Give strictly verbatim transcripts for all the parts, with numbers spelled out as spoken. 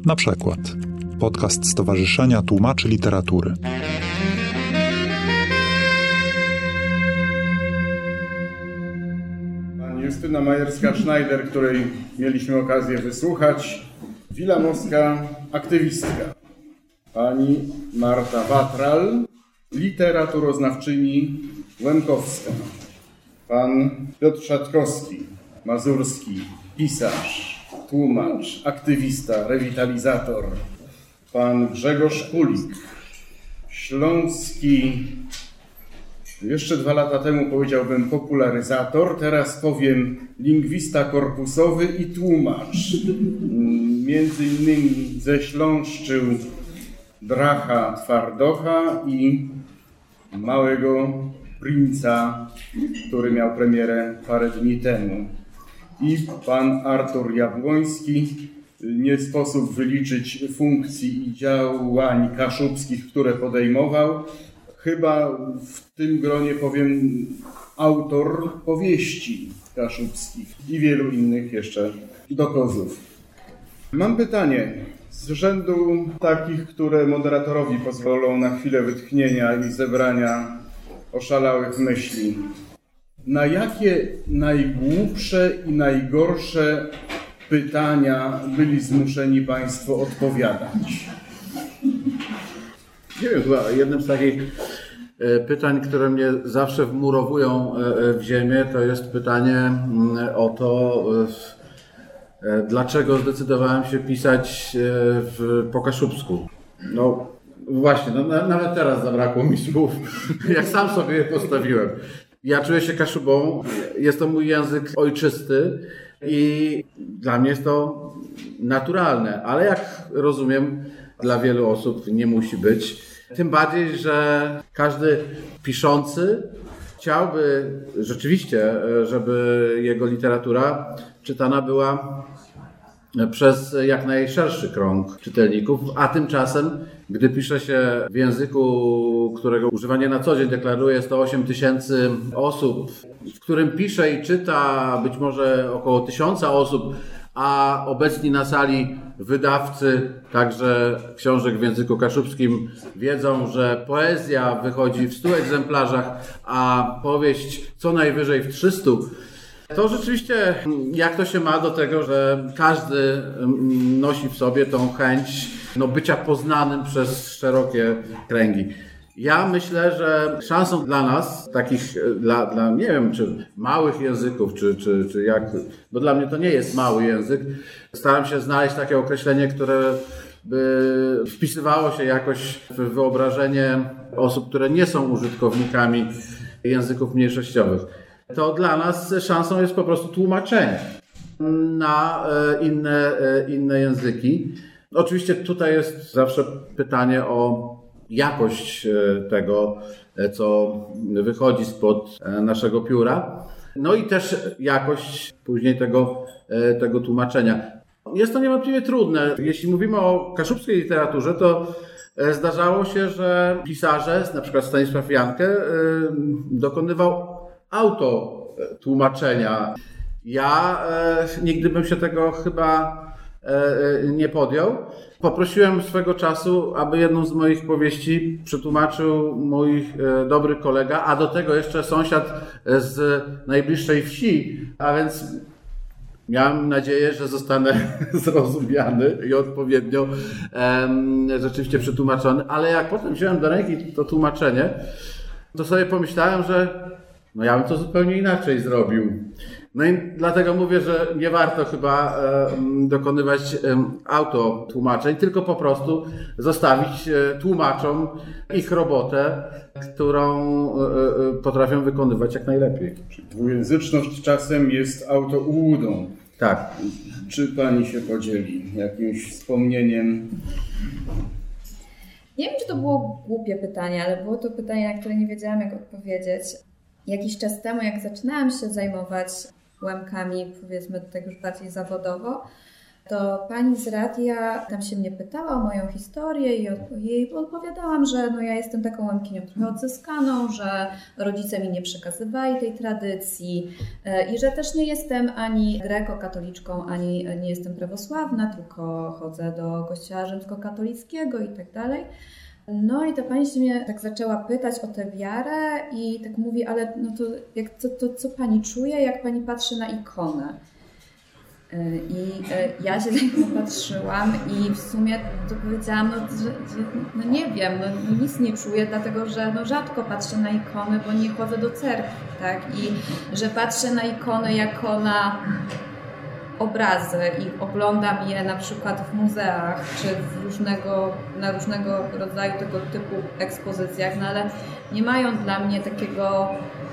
Na przykład podcast Stowarzyszenia Tłumaczy Literatury. Pani Justyna Majerska-Schneider, której mieliśmy okazję wysłuchać. Wilamowska, aktywistka. Pani Marta Watral, literaturoznawczyni Łemkowska. Pan Piotr Szatkowski, mazurski, pisarz, tłumacz, aktywista, rewitalizator. Pan Grzegorz Kulik, śląski, jeszcze dwa lata temu powiedziałbym popularyzator, teraz powiem lingwista korpusowy i tłumacz. Między innymi ześląszczył Dracha Twardocha i Małego Princa, który miał premierę parę dni temu. I pan Artur Jabłoński, nie sposób wyliczyć funkcji i działań kaszubskich, które podejmował. Chyba w tym gronie powiem autor powieści kaszubskich i wielu innych jeszcze dokozów. Mam pytanie z rzędu takich, które moderatorowi pozwolą na chwilę wytchnienia i zebrania oszalałych myśli. Na jakie najgłupsze i najgorsze pytania byli zmuszeni Państwo odpowiadać? Nie wiem, chyba jednym z takich pytań, które mnie zawsze wmurowują w ziemię, to jest pytanie o to, dlaczego zdecydowałem się pisać w, po kaszubsku. No właśnie, no, nawet teraz zabrakło mi słów, jak sam sobie je postawiłem. Ja czuję się Kaszubą, jest to mój język ojczysty i dla mnie jest to naturalne, ale jak rozumiem, dla wielu osób nie musi być. Tym bardziej, że każdy piszący chciałby rzeczywiście, żeby jego literatura czytana była przez jak najszerszy krąg czytelników, a tymczasem, gdy pisze się w języku, którego używanie na co dzień deklaruje sto osiem tysięcy osób, w którym pisze i czyta być może około tysiąca osób, a obecni na sali wydawcy, także książek w języku kaszubskim, wiedzą, że poezja wychodzi w stu egzemplarzach, a powieść co najwyżej w trzystu. To rzeczywiście, jak to się ma do tego, że każdy nosi w sobie tą chęć no, bycia poznanym przez szerokie kręgi. Ja myślę, że szansą dla nas, takich, dla, dla nie wiem, czy małych języków, czy, czy, czy jak, bo dla mnie to nie jest mały język, staram się znaleźć takie określenie, które by wpisywało się jakoś w wyobrażenie osób, które nie są użytkownikami języków mniejszościowych. To dla nas szansą jest po prostu tłumaczenie na inne, inne języki. Oczywiście tutaj jest zawsze pytanie o jakość tego, co wychodzi spod naszego pióra, no i też jakość później tego, tego tłumaczenia. Jest to niewątpliwie trudne. Jeśli mówimy o kaszubskiej literaturze, to zdarzało się, że pisarze, na przykład Stanisław Jankę, dokonywał autotłumaczenia. Ja nigdy bym się tego chyba nie podjął. Poprosiłem swego czasu, aby jedną z moich powieści przetłumaczył mój dobry kolega, a do tego jeszcze sąsiad z najbliższej wsi, a więc miałem nadzieję, że zostanę zrozumiany i odpowiednio em, rzeczywiście przetłumaczony, ale jak potem wziąłem do ręki to tłumaczenie, to sobie pomyślałem, że no ja bym to zupełnie inaczej zrobił. No i dlatego mówię, że nie warto chyba e, dokonywać e, autotłumaczeń, tylko po prostu zostawić e, tłumaczom ich robotę, którą e, e, potrafią wykonywać jak najlepiej. Dwujęzyczność czasem jest autoułudą. Tak. Czy pani się podzieli jakimś wspomnieniem? Nie wiem, czy to było głupie pytanie, ale było to pytanie, na które nie wiedziałam, jak odpowiedzieć. Jakiś czas temu, jak zaczynałam się zajmować łemkami, powiedzmy tak już bardziej zawodowo, to pani z radia tam się mnie pytała o moją historię i od, jej odpowiadałam, że no ja jestem taką łemkinią trochę odzyskaną, że rodzice mi nie przekazywali tej tradycji i że też nie jestem ani grekokatoliczką, ani nie jestem prawosławna, tylko chodzę do kościoła rzymskokatolickiego i tak dalej. No i ta pani się mnie tak zaczęła pytać o tę wiarę i tak mówi, ale no to, jak, to, to co pani czuje, jak pani patrzy na ikonę? I ja się tak popatrzyłam i w sumie to powiedziałam, no, że, że, no nie wiem, no, no nic nie czuję, dlatego że no rzadko patrzę na ikony, bo nie chodzę do cerkwi, tak? I że patrzę na ikony jako na obrazy i oglądam je na przykład w muzeach czy w różnego, na różnego rodzaju tego typu ekspozycjach, no ale nie mają dla mnie takiego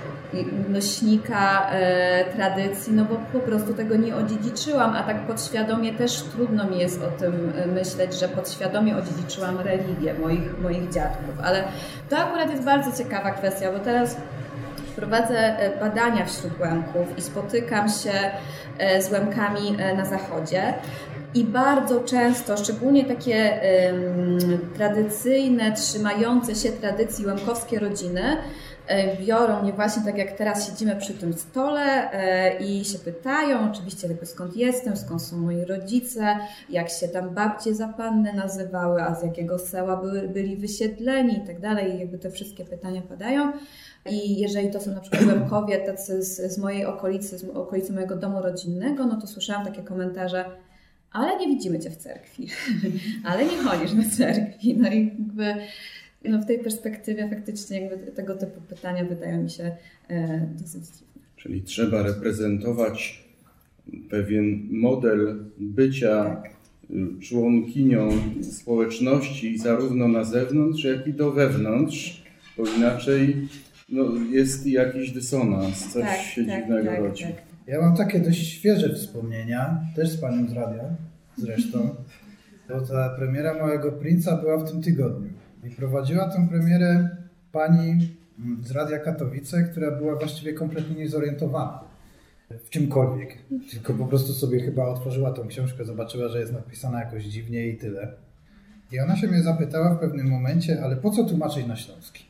nośnika e, tradycji, no bo po prostu tego nie odziedziczyłam, a tak podświadomie też trudno mi jest o tym myśleć, że podświadomie odziedziczyłam religię moich, moich dziadków, ale to akurat jest bardzo ciekawa kwestia, bo teraz prowadzę badania wśród łemków i spotykam się z łemkami na zachodzie i bardzo często, szczególnie takie um, tradycyjne, trzymające się tradycji łemkowskie rodziny biorą mnie właśnie tak jak teraz siedzimy przy tym stole i się pytają oczywiście jakby skąd jestem, skąd są moi rodzice, jak się tam babcie za panny nazywały, a z jakiego seła były, byli wysiedleni i tak dalej. Jakby te wszystkie pytania padają. I jeżeli to są na przykład łemkowie tacy z, z mojej okolicy, z okolicy mojego domu rodzinnego, no to słyszałam takie komentarze, ale nie widzimy Cię w cerkwi, ale nie chodzisz do cerkwi. No i jakby no w tej perspektywie faktycznie jakby tego typu pytania wydają mi się e, dosyć dziwne. Czyli trzeba reprezentować pewien model bycia tak. członkinią społeczności zarówno na zewnątrz, jak i do wewnątrz, bo inaczej no, jest jakiś dysonans, coś tak, się tak, dziwnego tak, rodzi. Tak. Ja mam takie dość świeże wspomnienia, też z panią z radia zresztą, bo ta premiera Małego Princa była w tym tygodniu. I prowadziła tę premierę pani z Radia Katowice, która była właściwie kompletnie niezorientowana w czymkolwiek. Tylko po prostu sobie chyba otworzyła tą książkę, zobaczyła, że jest napisana jakoś dziwnie i tyle. I ona się mnie zapytała w pewnym momencie, ale po co tłumaczyć na śląski?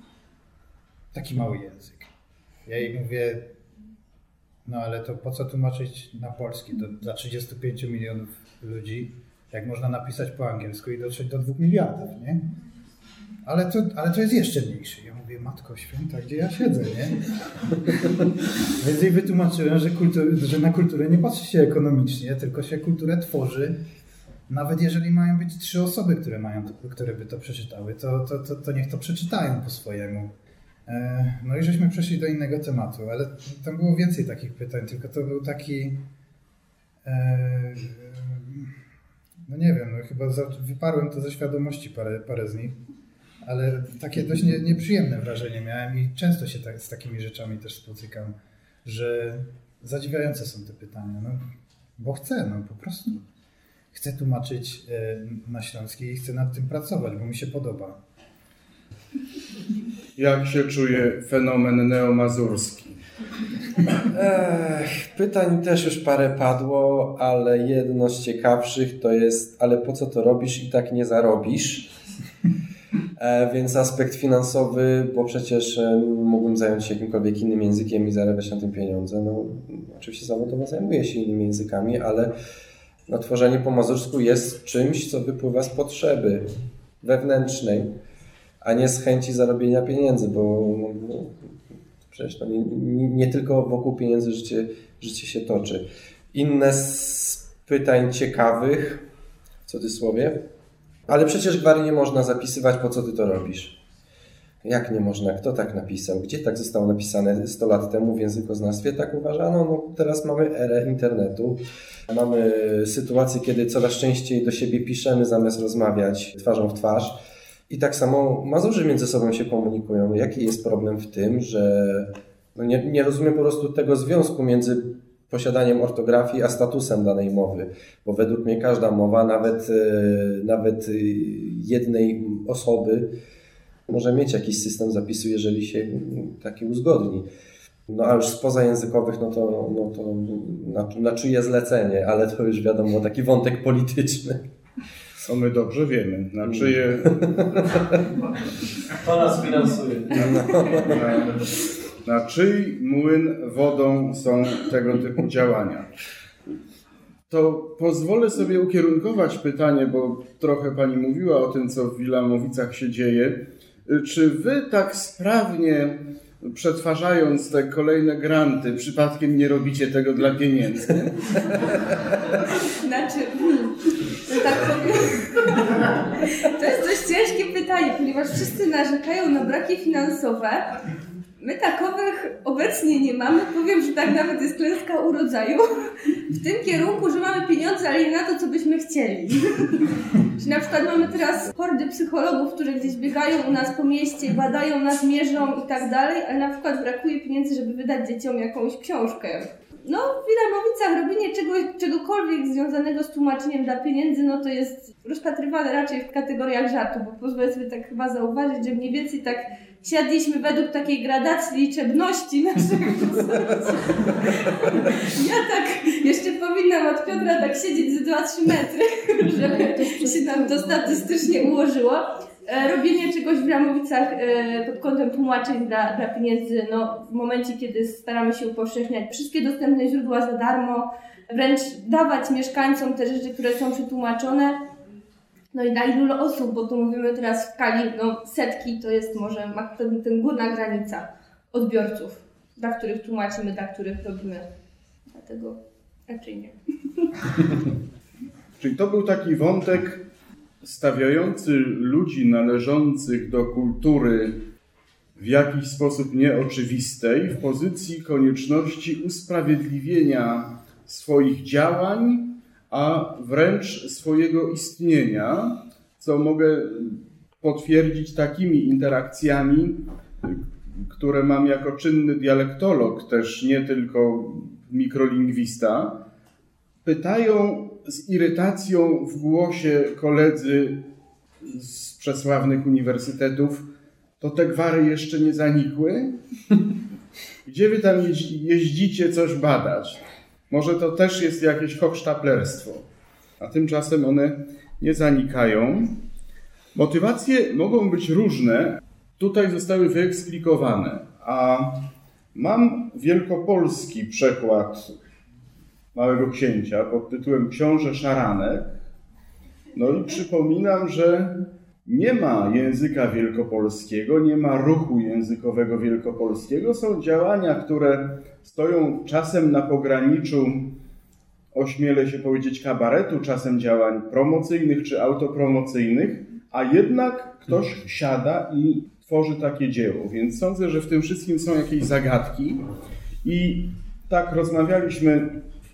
Taki mały język. Ja jej mówię, no ale to po co tłumaczyć na polski do, dla trzydziestu pięciu milionów ludzi, jak można napisać po angielsku i dotrzeć do dwóch miliardów, nie? Ale to, ale to jest jeszcze mniejsze. Ja mówię, Matko Święta, gdzie ja siedzę, nie? Więc jej wytłumaczyłem, że, kultur, że na kulturę nie patrzy się ekonomicznie, tylko się kulturę tworzy. Nawet jeżeli mają być trzy osoby, które, mają, które by to przeczytały, to, to, to, to niech to przeczytają po swojemu. No i żeśmy przeszli do innego tematu, ale tam było więcej takich pytań, tylko to był taki... No nie wiem, no chyba wyparłem to ze świadomości parę, parę z nich. Ale takie dość nie, nieprzyjemne wrażenie miałem i często się tak, z takimi rzeczami też spotykam, że zadziwiające są te pytania. No, bo chcę, no po prostu. Chcę tłumaczyć e, na śląski i chcę nad tym pracować, bo mi się podoba. Jak się czuje fenomen neomazurski? Ech, pytań też już parę padło, ale jedno z ciekawszych to jest, ale po co to robisz i tak nie zarobisz? E, więc aspekt finansowy, bo przecież e, mógłbym zająć się jakimkolwiek innym językiem i zarabiać na tym pieniądze. No, oczywiście zawodowo zajmuję się innymi językami, ale no, tworzenie po mazursku jest czymś, co wypływa z potrzeby wewnętrznej, a nie z chęci zarobienia pieniędzy, bo no, przecież no, nie, nie, nie tylko wokół pieniędzy życie, życie się toczy. Inne z pytań ciekawych, w cudzysłowie, ale przecież gwary nie można zapisywać, po co ty to robisz? Jak nie można? Kto tak napisał? Gdzie tak zostało napisane sto lat temu w językoznawstwie? Tak uważano? No teraz mamy erę internetu. Mamy sytuację, kiedy coraz częściej do siebie piszemy zamiast rozmawiać twarzą w twarz. I tak samo Mazurzy między sobą się komunikują. Jaki jest problem w tym, że no nie, nie rozumiem po prostu tego związku między posiadaniem ortografii a statusem danej mowy, bo według mnie każda mowa, nawet, nawet jednej osoby może mieć jakiś system zapisu, jeżeli się taki uzgodni. No a już spoza językowych, no to, no to na, na czyje zlecenie, ale to już wiadomo, taki wątek polityczny. Co my dobrze wiemy, na czyje... To nas finansuje. Na, na, na czyj młyn wodą są tego typu działania. To pozwolę sobie ukierunkować pytanie, bo trochę Pani mówiła o tym, co w Wilamowicach się dzieje. Czy Wy tak sprawnie, przetwarzając te kolejne granty, przypadkiem nie robicie tego dla pieniędzy? Znaczy, to tak powiem, to jest dość ciężkie pytanie, ponieważ wszyscy narzekają na braki finansowe. My takowych obecnie nie mamy. Powiem, że tak nawet jest klęska urodzaju. W tym kierunku, że mamy pieniądze, ale nie na to, co byśmy chcieli. Czy na przykład mamy teraz hordy psychologów, którzy gdzieś biegają u nas po mieście, badają nas, mierzą i tak dalej, ale na przykład brakuje pieniędzy, żeby wydać dzieciom jakąś książkę. No, w Wilamowicach robienie czegoś, czegokolwiek związanego z tłumaczeniem dla pieniędzy, no to jest rozpatrywane raczej w kategoriach żartu, bo pozwolę sobie tak chyba zauważyć, że mniej więcej tak siadliśmy według takiej gradacji liczebności naszego życia. Ja tak jeszcze powinnam od Piotra tak siedzieć z dwa trzy metry, żeby się nam to statystycznie ułożyło. Robienie czegoś w Wilamowicach pod kątem tłumaczeń dla, dla pieniędzy, no w momencie, kiedy staramy się upowszechniać wszystkie dostępne źródła za darmo, wręcz dawać mieszkańcom te rzeczy, które są przetłumaczone. No i dla ilu osób, bo tu mówimy teraz w skali no, setki, to jest może ten, ten górna granica odbiorców, dla których tłumaczymy, dla których robimy. Dlatego raczej nie. Czyli to był taki wątek stawiający ludzi należących do kultury w jakiś sposób nieoczywistej w pozycji konieczności usprawiedliwienia swoich działań, a wręcz swojego istnienia, co mogę potwierdzić takimi interakcjami, które mam jako czynny dialektolog, też nie tylko mikrolingwista. Pytają z irytacją w głosie koledzy z przesławnych uniwersytetów: to te gwary jeszcze nie zanikły? Gdzie wy tam jeździcie coś badać? Może to też jest jakieś hochsztaplerstwo. A tymczasem one nie zanikają. Motywacje mogą być różne. Tutaj zostały wyeksplikowane. A mam wielkopolski przekład Małego Księcia pod tytułem Książę Szaranek. No i przypominam, że nie ma języka wielkopolskiego, nie ma ruchu językowego wielkopolskiego. Są działania, które stoją czasem na pograniczu, ośmielę się powiedzieć, kabaretu, czasem działań promocyjnych czy autopromocyjnych, a jednak ktoś siada i tworzy takie dzieło. Więc sądzę, że w tym wszystkim są jakieś zagadki. I tak rozmawialiśmy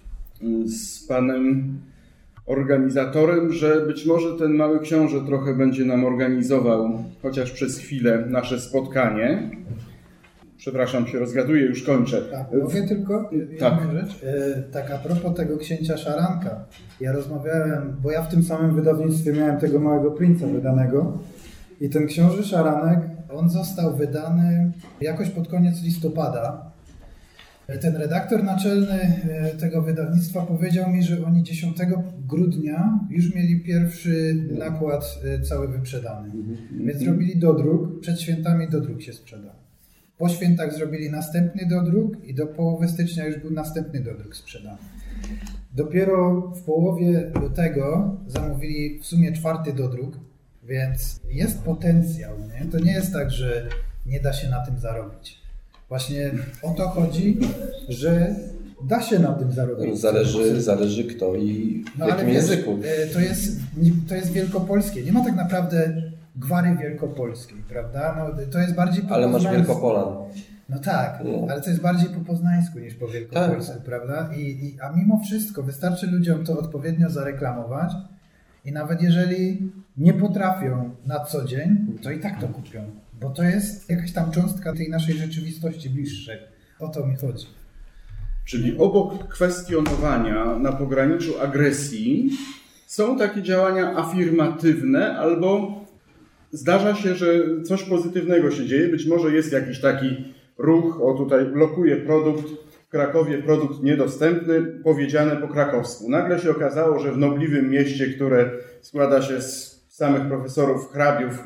z panem organizatorem, że być może ten Mały Książę trochę będzie nam organizował, chociaż przez chwilę, nasze spotkanie. Przepraszam, się rozgaduję, już kończę. A, mówię tylko jedną tak. rzecz. Tak a propos tego księcia Szaranka. Ja rozmawiałem, bo ja w tym samym wydawnictwie miałem tego Małego Princa wydanego i ten Książę Szaranek, on został wydany jakoś pod koniec listopada. Ten redaktor naczelny tego wydawnictwa powiedział mi, że oni dziesiątego grudnia już mieli pierwszy nakład cały wyprzedany. Więc zrobili dodruk, przed świętami dodruk się sprzedał. Po świętach zrobili następny dodruk i do połowy stycznia już był następny dodruk sprzedany. Dopiero w połowie lutego zamówili w sumie czwarty dodruk, więc jest potencjał. Nie? To nie jest tak, że nie da się na tym zarobić. Właśnie o to chodzi, że da się na tym zarobić. Zależy, zależy kto i w no, jakim wiesz, języku. To jest, to jest wielkopolskie. Nie ma tak naprawdę gwary wielkopolskiej, prawda? No, to jest bardziej po Ale masz poznańsku. Wielkopolan. No tak, no. Ale to jest bardziej po poznańsku niż po wielkopolsku, tak. Prawda? I, i, a mimo wszystko wystarczy ludziom to odpowiednio zareklamować i nawet jeżeli nie potrafią na co dzień, to i tak to kupią. Bo to jest jakaś tam cząstka tej naszej rzeczywistości bliższej. O to mi chodzi. Czyli obok kwestionowania na pograniczu agresji są takie działania afirmatywne albo zdarza się, że coś pozytywnego się dzieje. Być może jest jakiś taki, ruch, o tutaj blokuje produkt, w Krakowie produkt niedostępny, powiedziane po krakowsku. Nagle się okazało, że w nobliwym mieście, które składa się z samych profesorów, hrabiów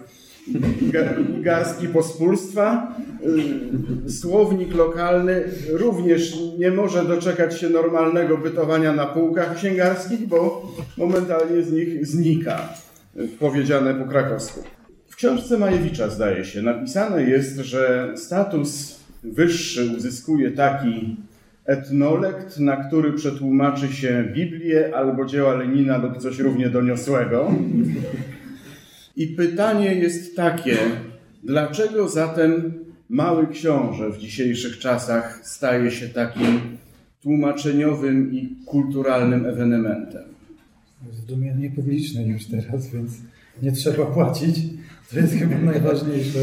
i garstki pospólstwa, słownik lokalny również nie może doczekać się normalnego bytowania na półkach księgarskich, bo momentalnie z nich znika powiedziane po krakowsku. W książce Majewicza, zdaje się, napisane jest, że status wyższy uzyskuje taki etnolekt, na który przetłumaczy się Biblię albo dzieła Lenina lub coś równie doniosłego. I pytanie jest takie, dlaczego zatem Mały Książę w dzisiejszych czasach staje się takim tłumaczeniowym i kulturalnym ewenementem? Zdumienie publiczne już teraz, więc nie trzeba płacić. To jest chyba najważniejsze.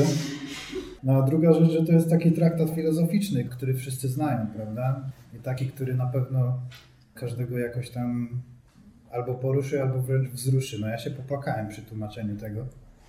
No a druga rzecz, że to jest taki traktat filozoficzny, który wszyscy znają, prawda? I taki, który na pewno każdego jakoś tam albo poruszy, albo wręcz wzruszy. No ja się popłakałem przy tłumaczeniu tego.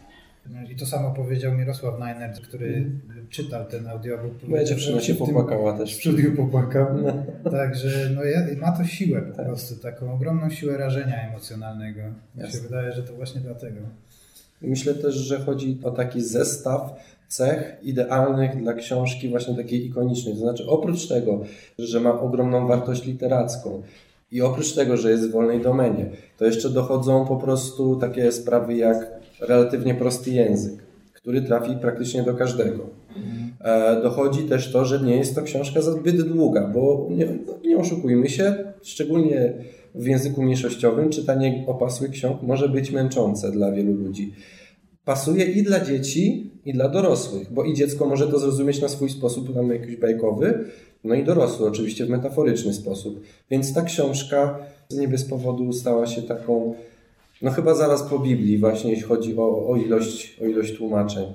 I to samo powiedział Mirosław Najnert, który mm. czytał ten audiobook. Moja dziewczyna się popłakała też. W studiu popłakał. No. Także no, ja, ma to siłę po tak. prostu, taką ogromną siłę rażenia emocjonalnego. Mi się wydaje, że to właśnie dlatego. Myślę też, że chodzi o taki zestaw cech idealnych dla książki właśnie takiej ikonicznej. To znaczy oprócz tego, że ma ogromną wartość literacką i oprócz tego, że jest w wolnej domenie, to jeszcze dochodzą po prostu takie sprawy jak relatywnie prosty język, który trafi praktycznie do każdego. E, dochodzi też to, że nie jest to książka zbyt długa, bo nie, nie oszukujmy się, szczególnie w języku mniejszościowym czytanie opasłych ksiąg może być męczące dla wielu ludzi. Pasuje i dla dzieci, i dla dorosłych, bo i dziecko może to zrozumieć na swój sposób, tam jakiś bajkowy, no i dorosły oczywiście w metaforyczny sposób. Więc ta książka nie bez powodu stała się taką, no chyba zaraz po Biblii właśnie, jeśli chodzi o, o, ilość, o ilość tłumaczeń.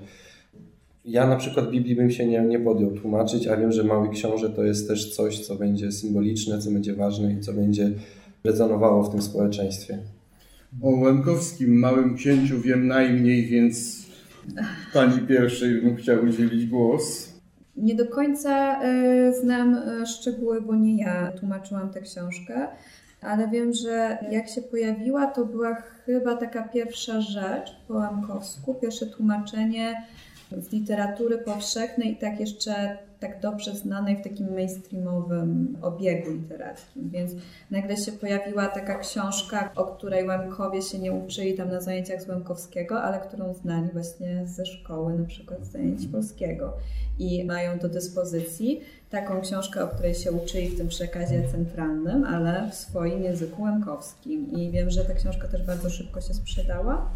Ja na przykład Biblii bym się nie, nie podjął tłumaczyć, a wiem, że Mały Książę to jest też coś, co będzie symboliczne, co będzie ważne i co będzie rezonowało w tym społeczeństwie. O Łemkowskim Małym Księciu wiem najmniej, więc pani pierwszej bym chciał udzielić głos. Nie do końca y, znam y, szczegóły, bo nie ja tłumaczyłam tę książkę, ale wiem, że jak się pojawiła, to była chyba taka pierwsza rzecz po łemkowsku, pierwsze tłumaczenie z literatury powszechnej i tak jeszcze tak dobrze znanej w takim mainstreamowym obiegu literackim. Więc nagle się pojawiła taka książka, o której Łemkowie się nie uczyli tam na zajęciach z Łemkowskiego, ale którą znali właśnie ze szkoły, na przykład z zajęć polskiego. I mają do dyspozycji taką książkę, o której się uczyli w tym przekazie centralnym, ale w swoim języku łemkowskim. I wiem, że ta książka też bardzo szybko się sprzedała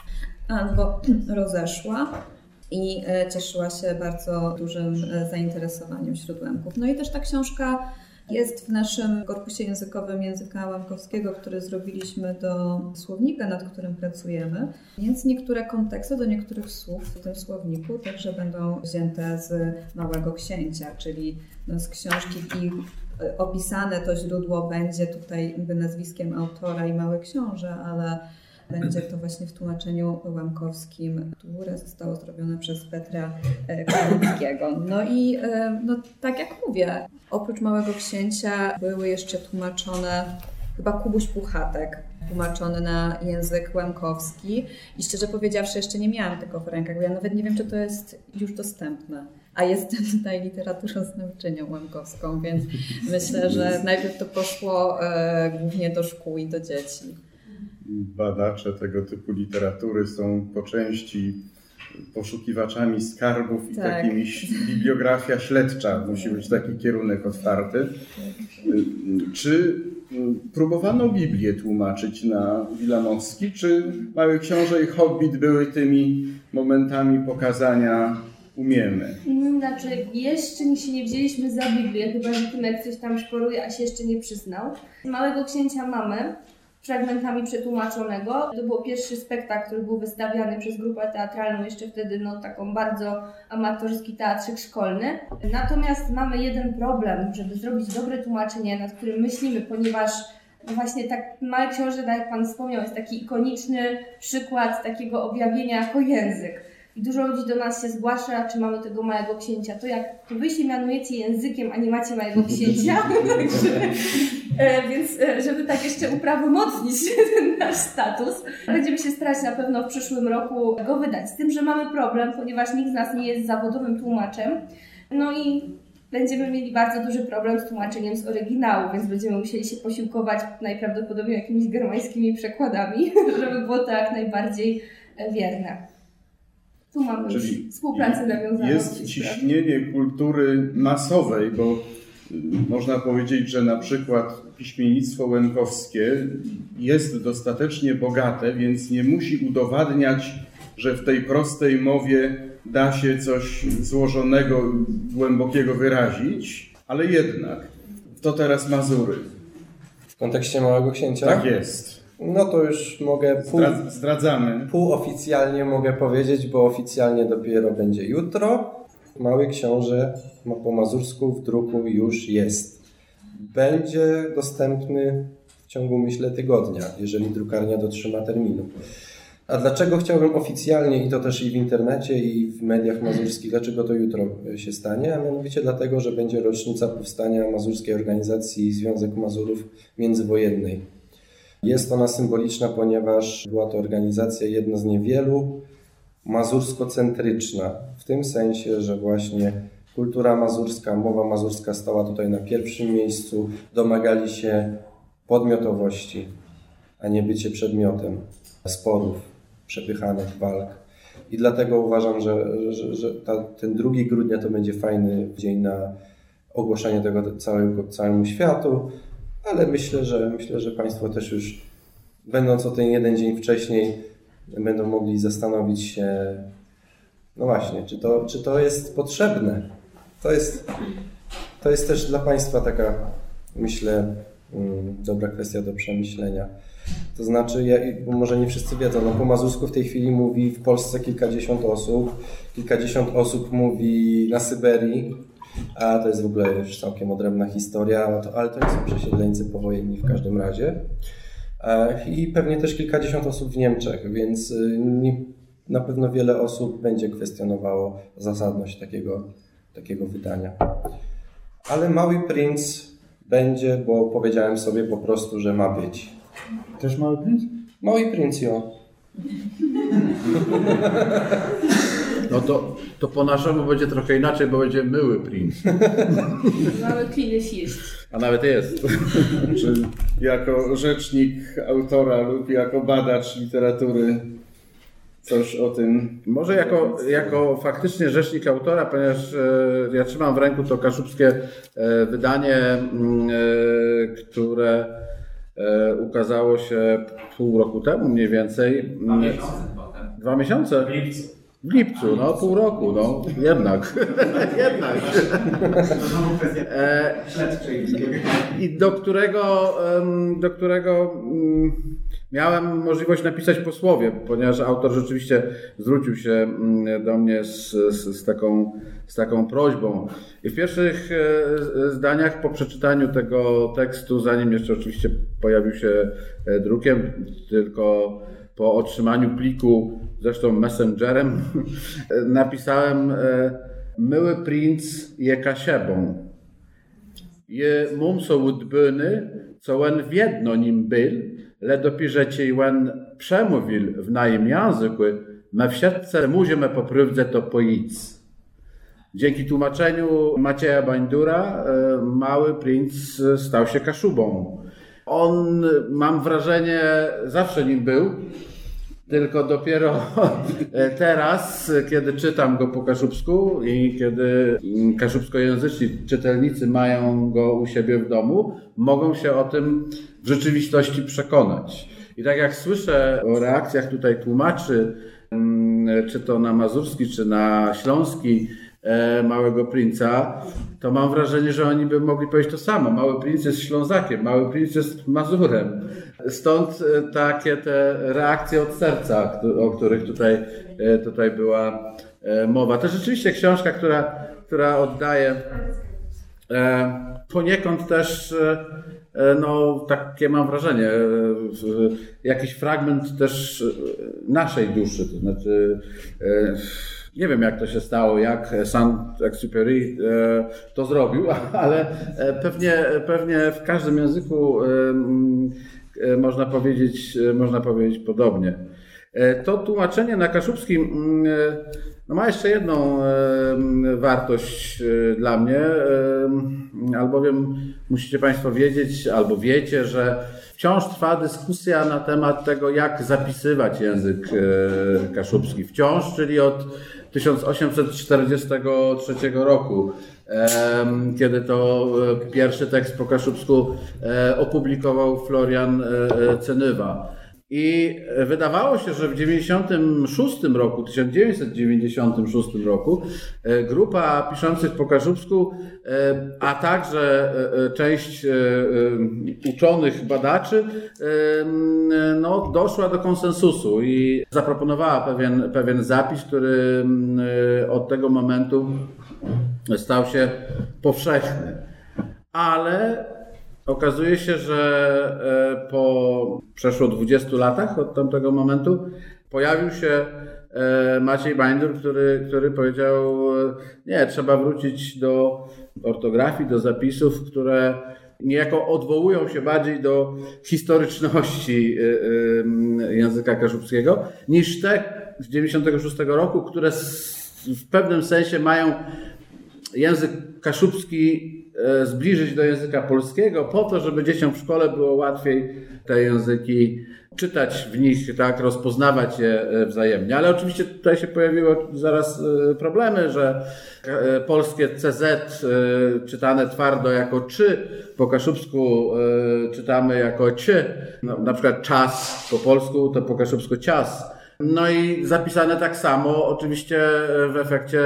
albo rozeszła. I cieszyła się bardzo dużym zainteresowaniem wśród Łemków. No i też ta książka jest w naszym korpusie językowym języka łemkowskiego, który zrobiliśmy do słownika, nad którym pracujemy. Więc niektóre konteksty do niektórych słów w tym słowniku także będą wzięte z Małego Księcia, czyli no z książki i opisane to źródło będzie tutaj nazwiskiem autora i Mały Książę, ale będzie to właśnie w tłumaczeniu łemkowskim, które zostało zrobione przez Petra Kowalskiego. No i no, tak jak mówię, oprócz Małego Księcia były jeszcze tłumaczone chyba Kubuś Puchatek, tłumaczony na język łemkowski i szczerze powiedziawszy jeszcze nie miałam tego w rękach, bo ja nawet nie wiem, czy to jest już dostępne. A jestem tutaj literaturoznawczynią łemkowską, więc myślę, że najpierw to poszło e, głównie do szkół i do dzieci. Badacze tego typu literatury są po części poszukiwaczami skarbów i tak. takimi bibliografia śledcza. Musi być taki kierunek otwarty. Czy próbowano Biblię tłumaczyć na wilamowski, czy Mały Książę i Hobbit były tymi momentami pokazania umiemy? Znaczy, jeszcze się nie wzięliśmy za Biblię, chyba że Tymek coś tam szporuje, a się jeszcze nie przyznał. Małego Księcia mamy fragmentami przetłumaczonego. To był pierwszy spektakl, który był wystawiany przez grupę teatralną, jeszcze wtedy no, taką bardzo amatorski teatrzyk szkolny. Natomiast mamy jeden problem, żeby zrobić dobre tłumaczenie, nad którym myślimy, ponieważ no właśnie tak Mały Książę, tak jak Pan wspomniał, jest taki ikoniczny przykład takiego objawienia jako język. I dużo ludzi do nas się zgłasza, czy mamy tego małego księcia. To jak to wy się mianujecie językiem, a nie macie małego księcia. Także, e, więc e, żeby tak jeszcze uprawomocnić ten nasz status, będziemy się starać na pewno w przyszłym roku go wydać. Z tym, że mamy problem, ponieważ nikt z nas nie jest zawodowym tłumaczem. No i będziemy mieli bardzo duży problem z tłumaczeniem z oryginału, więc będziemy musieli się posiłkować najprawdopodobniej jakimiś germańskimi przekładami, żeby było to jak najbardziej wierne. Tu mamy już współpracę nawiązaną. Jest ciśnienie kultury masowej, bo można powiedzieć, że na przykład piśmiennictwo łękowskie jest dostatecznie bogate, więc nie musi udowadniać, że w tej prostej mowie da się coś złożonego, głębokiego wyrazić, ale jednak to teraz Mazury. W kontekście Małego Księcia? Tak jest. No to już mogę pół, zdradzamy. Półoficjalnie mogę powiedzieć, bo oficjalnie dopiero będzie jutro. Mały Książę po mazursku w druku już jest. Będzie dostępny w ciągu, myślę, tygodnia, jeżeli drukarnia dotrzyma terminu. A dlaczego chciałbym oficjalnie, i to też i w internecie, i w mediach mazurskich, dlaczego to jutro się stanie? A mianowicie dlatego, że będzie rocznica powstania Mazurskiej Organizacji Związek Mazurów Międzywojennej. Jest ona symboliczna, ponieważ była to organizacja jedna z niewielu mazursko-centryczna. W tym sensie, że właśnie kultura mazurska, mowa mazurska stała tutaj na pierwszym miejscu. Domagali się podmiotowości, a nie bycie przedmiotem sporów, przepychanek, walk. I dlatego uważam, że, że, że ta, ten drugi grudnia to będzie fajny dzień na ogłoszenie tego całego, całemu światu. Ale myślę, że myślę, że Państwo też już, będąc o ten jeden dzień wcześniej, będą mogli zastanowić się, no właśnie, czy to, czy to jest potrzebne. To jest, to jest też dla Państwa taka, myślę, dobra kwestia do przemyślenia. To znaczy, ja, bo może nie wszyscy wiedzą, no po mazursku w tej chwili mówi w Polsce kilkadziesiąt osób, kilkadziesiąt osób mówi na Syberii, a to jest w ogóle już całkiem odrębna historia, ale to nie są przesiedleńcy powojenni w każdym razie. I pewnie też kilkadziesiąt osób w Niemczech, więc na pewno wiele osób będzie kwestionowało zasadność takiego, takiego wydania. Ale Mały Princ będzie, bo powiedziałem sobie po prostu, że ma być. Też Mały Princ? Mały Princ, jo. No to, to po naszemu będzie trochę inaczej, bo będzie Myły Princ. Mały Klinyś jest. A nawet jest. Czy jako rzecznik autora lub jako badacz literatury coś o tym? Może jako, jako faktycznie rzecznik autora, ponieważ e, ja trzymam w ręku to kaszubskie e, wydanie, e, które e, ukazało się pół roku temu mniej więcej. Dwa miesiące potem. Dwa miesiące? W lipcu. W lipcu, no pół roku, no jednak. jednak. To znowu kwestia E, śledczej. I do którego, em, do którego mm, miałem możliwość napisać posłowie, ponieważ autor rzeczywiście zwrócił się mm, do mnie z, z, z, taką, z taką prośbą. I w pierwszych e, zdaniach po przeczytaniu tego tekstu, zanim jeszcze oczywiście pojawił się e, drukiem, tylko po otrzymaniu pliku, zresztą messengerem, napisałem e, Myły Princ je kasiebą. Je mumso udbyny, co łen w jedno nim byl, le dopirzecie i łen przemówił w najem języku, me w siatce muzimy poprywdze to poic. Dzięki tłumaczeniu Macieja Bańdura Mały Princ stał się Kaszubą. On, mam wrażenie, zawsze nim był, tylko dopiero teraz, kiedy czytam go po kaszubsku i kiedy kaszubskojęzyczni czytelnicy mają go u siebie w domu, mogą się o tym w rzeczywistości przekonać. I tak jak słyszę o reakcjach tutaj tłumaczy, czy to na mazurski, czy na śląski Małego Princa, to mam wrażenie, że oni by mogli powiedzieć to samo. Mały Princ jest Ślązakiem, Mały Princ jest Mazurem. Stąd takie te reakcje od serca, o których tutaj, tutaj była mowa. To rzeczywiście książka, która, która oddaje Poniekąd też, no takie mam wrażenie, jakiś fragment też naszej duszy, to znaczy nie wiem jak to się stało, jak Saint-Exupéry to zrobił, ale pewnie, pewnie w każdym języku można powiedzieć, można powiedzieć podobnie. To tłumaczenie na kaszubskim no ma jeszcze jedną wartość dla mnie, albowiem musicie Państwo wiedzieć, albo wiecie, że wciąż trwa dyskusja na temat tego, jak zapisywać język kaszubski. Wciąż, czyli od tysiąc osiemset czterdziestego trzeciego roku, kiedy to pierwszy tekst po kaszubsku opublikował Florian Cenywa. I wydawało się, że w dziewięćdziesiątym szóstym roku, tysiąc dziewięćset dziewięćdziesiątym szóstym roku grupa piszących po kaszubsku, a także część uczonych badaczy no, doszła do konsensusu i zaproponowała pewien, pewien zapis, który od tego momentu stał się powszechny. Ale okazuje się, że po przeszło dwudziestu latach od tamtego momentu pojawił się Maciej Bańdur, który, który powiedział, nie, trzeba wrócić do ortografii, do zapisów, które niejako odwołują się bardziej do historyczności języka kaszubskiego niż te z dziewięćdziesiątego szóstego roku, które w pewnym sensie mają język kaszubski zbliżyć do języka polskiego po to, żeby dzieciom w szkole było łatwiej te języki czytać w nich, tak, rozpoznawać je wzajemnie. Ale oczywiście tutaj się pojawiły zaraz problemy, że polskie C Z czytane twardo jako czy, po kaszubsku czytamy jako cie, no, na przykład czas po polsku to po kaszubsku cias. No i zapisane tak samo oczywiście w efekcie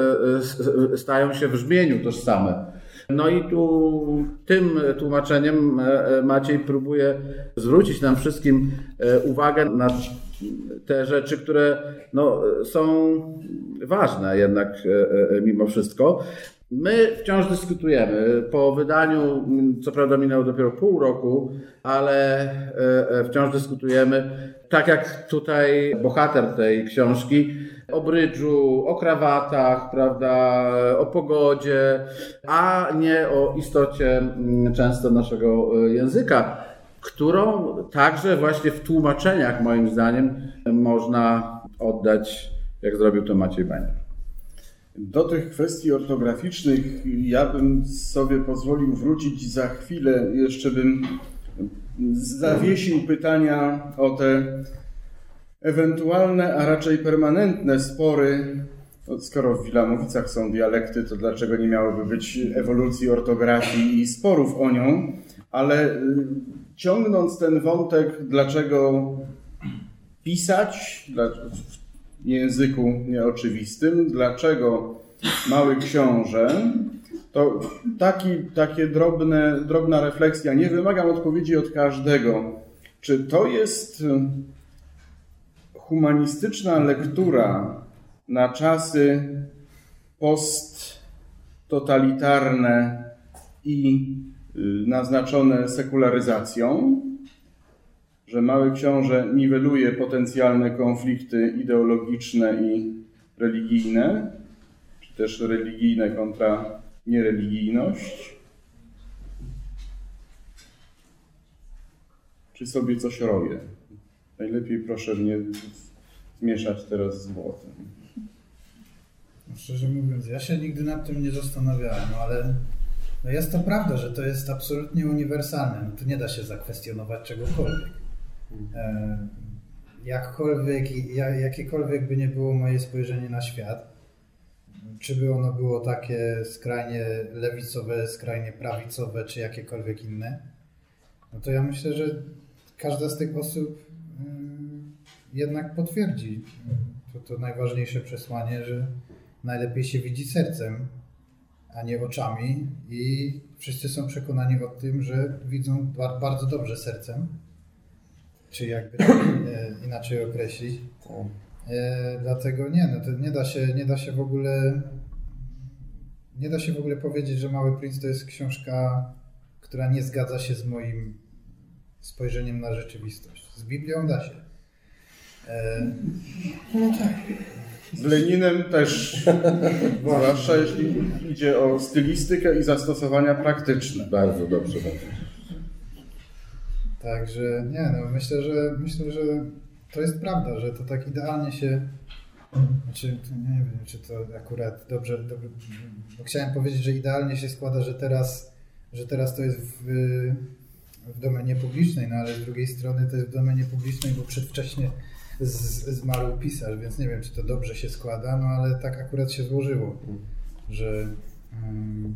stają się w brzmieniu tożsame. No i tu tym tłumaczeniem Maciej próbuje zwrócić nam wszystkim uwagę na te rzeczy, które no, są ważne jednak mimo wszystko. My wciąż dyskutujemy. Po wydaniu, co prawda minęło dopiero pół roku, ale wciąż dyskutujemy, tak jak tutaj bohater tej książki, o brydżu, o krawatach, prawda, o pogodzie, a nie o istocie często naszego języka, którą także właśnie w tłumaczeniach moim zdaniem można oddać, jak zrobił to Maciej Bańdur. Do tych kwestii ortograficznych ja bym sobie pozwolił wrócić za chwilę. Jeszcze bym zawiesił pytania o te ewentualne, a raczej permanentne spory. Skoro w Wilamowicach są dialekty, to dlaczego nie miałoby być ewolucji ortografii i sporów o nią? Ale ciągnąc ten wątek, dlaczego pisać w języku nieoczywistym, dlaczego Mały Książę, to taki, takie drobne, drobna refleksja. Nie wymagam odpowiedzi od każdego. Czy to jest humanistyczna lektura na czasy posttotalitarne i naznaczone sekularyzacją, że Mały Książę niweluje potencjalne konflikty ideologiczne i religijne, czy też religijne kontra niereligijność, czy sobie coś roje? Najlepiej proszę nie zmieszać teraz z błotem. Szczerze mówiąc, ja się nigdy nad tym nie zastanawiałem, ale no jest to prawda, że to jest absolutnie uniwersalne. No tu nie da się zakwestionować czegokolwiek. E, jakkolwiek, jak, jakiekolwiek by nie było moje spojrzenie na świat, czy by ono było takie skrajnie lewicowe, skrajnie prawicowe, czy jakiekolwiek inne, no to ja myślę, że każda z tych osób y, jednak potwierdzi to, to najważniejsze przesłanie, że najlepiej się widzi sercem, a nie oczami, i wszyscy są przekonani o tym, że widzą bardzo dobrze sercem, czy jakby to inaczej określić. E, dlatego nie, no to nie da się, nie da się w ogóle nie da się w ogóle powiedzieć, że Mały Princ to jest książka, która nie zgadza się z moim spojrzeniem na rzeczywistość. Z Biblią da się. E, no tak. Z Leninem też, zwłaszcza jeśli idzie o stylistykę i zastosowania praktyczne. Bardzo dobrze. Także nie, no myślę, że myślę, że to jest prawda, że to tak idealnie się. Znaczy, nie wiem, czy to akurat dobrze, dobrze, bo chciałem powiedzieć, że idealnie się składa, że teraz, że teraz to jest w, w domenie publicznej, no ale z drugiej strony to jest w domenie publicznej, bo przedwcześnie z, zmarł pisarz, więc nie wiem, czy to dobrze się składa, no ale tak akurat się złożyło, że um,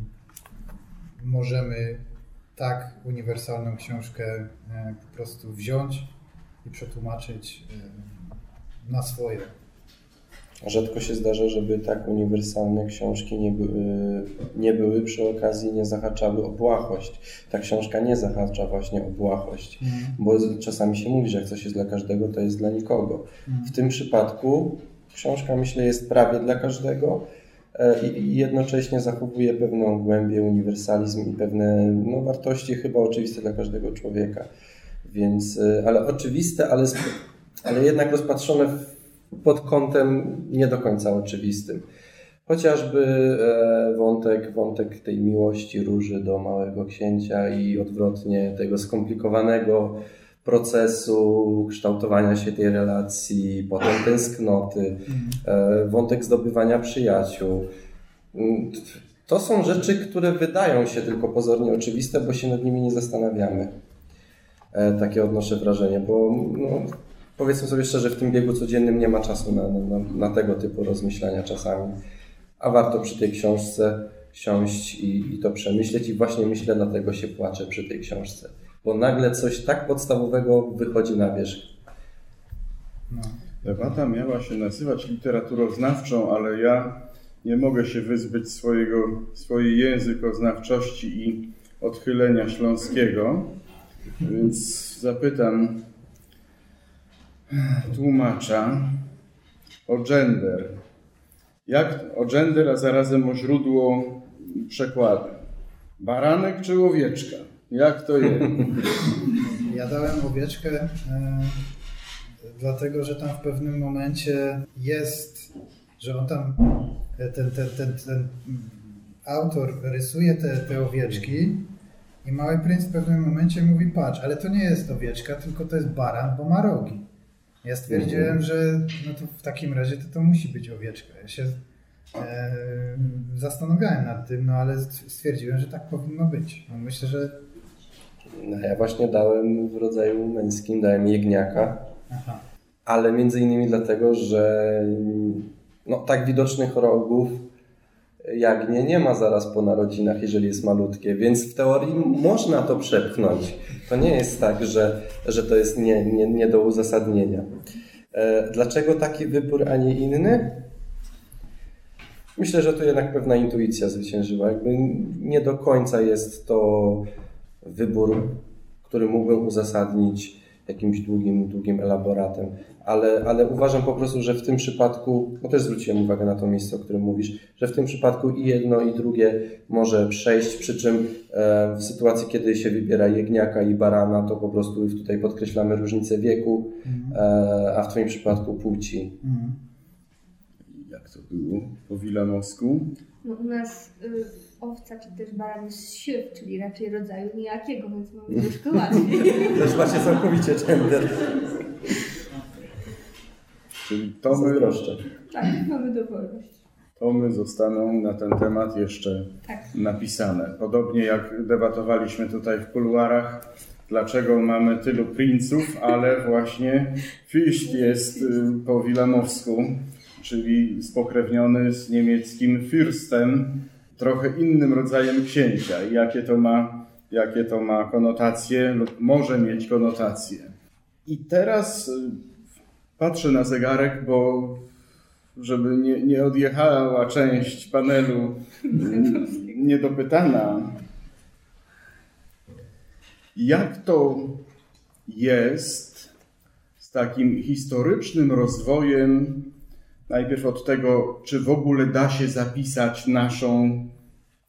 możemy tak uniwersalną książkę e, po prostu wziąć i przetłumaczyć e, na swoje. Rzadko się zdarza, żeby tak uniwersalne książki nie były, nie były przy okazji, nie zahaczały o błahość. Ta książka nie zahacza właśnie o błahość, mm. bo czasami się mówi, że jak coś jest dla każdego, to jest dla nikogo. Mm. W tym przypadku książka, myślę, jest prawie dla każdego i jednocześnie zachowuje pewną głębię, uniwersalizm i pewne no, wartości chyba oczywiste dla każdego człowieka. Więc, ale oczywiste, ale, ale jednak rozpatrzone w pod kątem nie do końca oczywistym. Chociażby wątek, wątek tej miłości Róży do Małego Księcia i odwrotnie tego skomplikowanego procesu kształtowania się tej relacji, potem tęsknoty, wątek zdobywania przyjaciół. To są rzeczy, które wydają się tylko pozornie oczywiste, bo się nad nimi nie zastanawiamy. Takie odnoszę wrażenie, bo no, powiedzmy sobie szczerze, w tym biegu codziennym nie ma czasu na, na, na tego typu rozmyślania czasami. A warto przy tej książce siąść i, i to przemyśleć i właśnie myślę, dlatego się płaczę przy tej książce. Bo nagle coś tak podstawowego wychodzi na wierzch. No. Debata miała się nazywać literaturoznawczą, ale ja nie mogę się wyzbyć swojego, swojej językoznawczości i odchylenia śląskiego, więc zapytam tłumacza o gender. Jak o gender, a zarazem o źródło przekładu. Baranek czy owieczka? Jak to jest? Ja dałem owieczkę e, dlatego, że tam w pewnym momencie jest, że on tam, ten, ten, ten, ten autor rysuje te, te owieczki i Mały Princ w pewnym momencie mówi, patrz, ale to nie jest owieczka, tylko to jest baran, bo ma rogi. Ja stwierdziłem, że no to w takim razie to, to musi być owieczka. Ja się e, zastanawiałem nad tym, no ale stwierdziłem, że tak powinno być. No myślę, że... No, ja właśnie dałem w rodzaju męskim, dałem jegniaka, Aha. ale między innymi dlatego, że no, tak widocznych rogów jagnię nie ma zaraz po narodzinach, jeżeli jest malutkie, więc w teorii można to przepchnąć. To nie jest tak, że, że to jest nie, nie, nie do uzasadnienia. E, dlaczego taki wybór, a nie inny? Myślę, że tu jednak pewna intuicja zwyciężyła. Jakby nie do końca jest to wybór, który mógłbym uzasadnić jakimś długim, długim elaboratem, ale, ale uważam po prostu, że w tym przypadku, bo też zwróciłem uwagę na to miejsce, o którym mówisz, że w tym przypadku i jedno, i drugie może przejść, przy czym e, w sytuacji, kiedy się wybiera jegniaka i barana, to po prostu tutaj podkreślamy różnicę wieku, e, a w twoim przypadku płci. Mhm. Jak to było po wilanowsku? No, u nas y, owca czy też baran jest siw, czyli raczej rodzaju nijakiego, więc mamy troszkę łatwiej. Też macie całkowicie gender. Czyli tomy, tak, mamy dowolność. tomy zostaną na ten temat jeszcze tak. napisane. Podobnie jak debatowaliśmy tutaj w kuluarach, dlaczego mamy tylu princów, ale właśnie Ficht jest po wilanowsku, czyli spokrewniony z niemieckim Fürstem, trochę innym rodzajem księcia. I jakie to ma, jakie to ma konotacje lub może mieć konotacje. I teraz patrzę na zegarek, bo żeby nie, nie odjechała część panelu niedopytana. Jak to jest z takim historycznym rozwojem, najpierw od tego, czy w ogóle da się zapisać naszą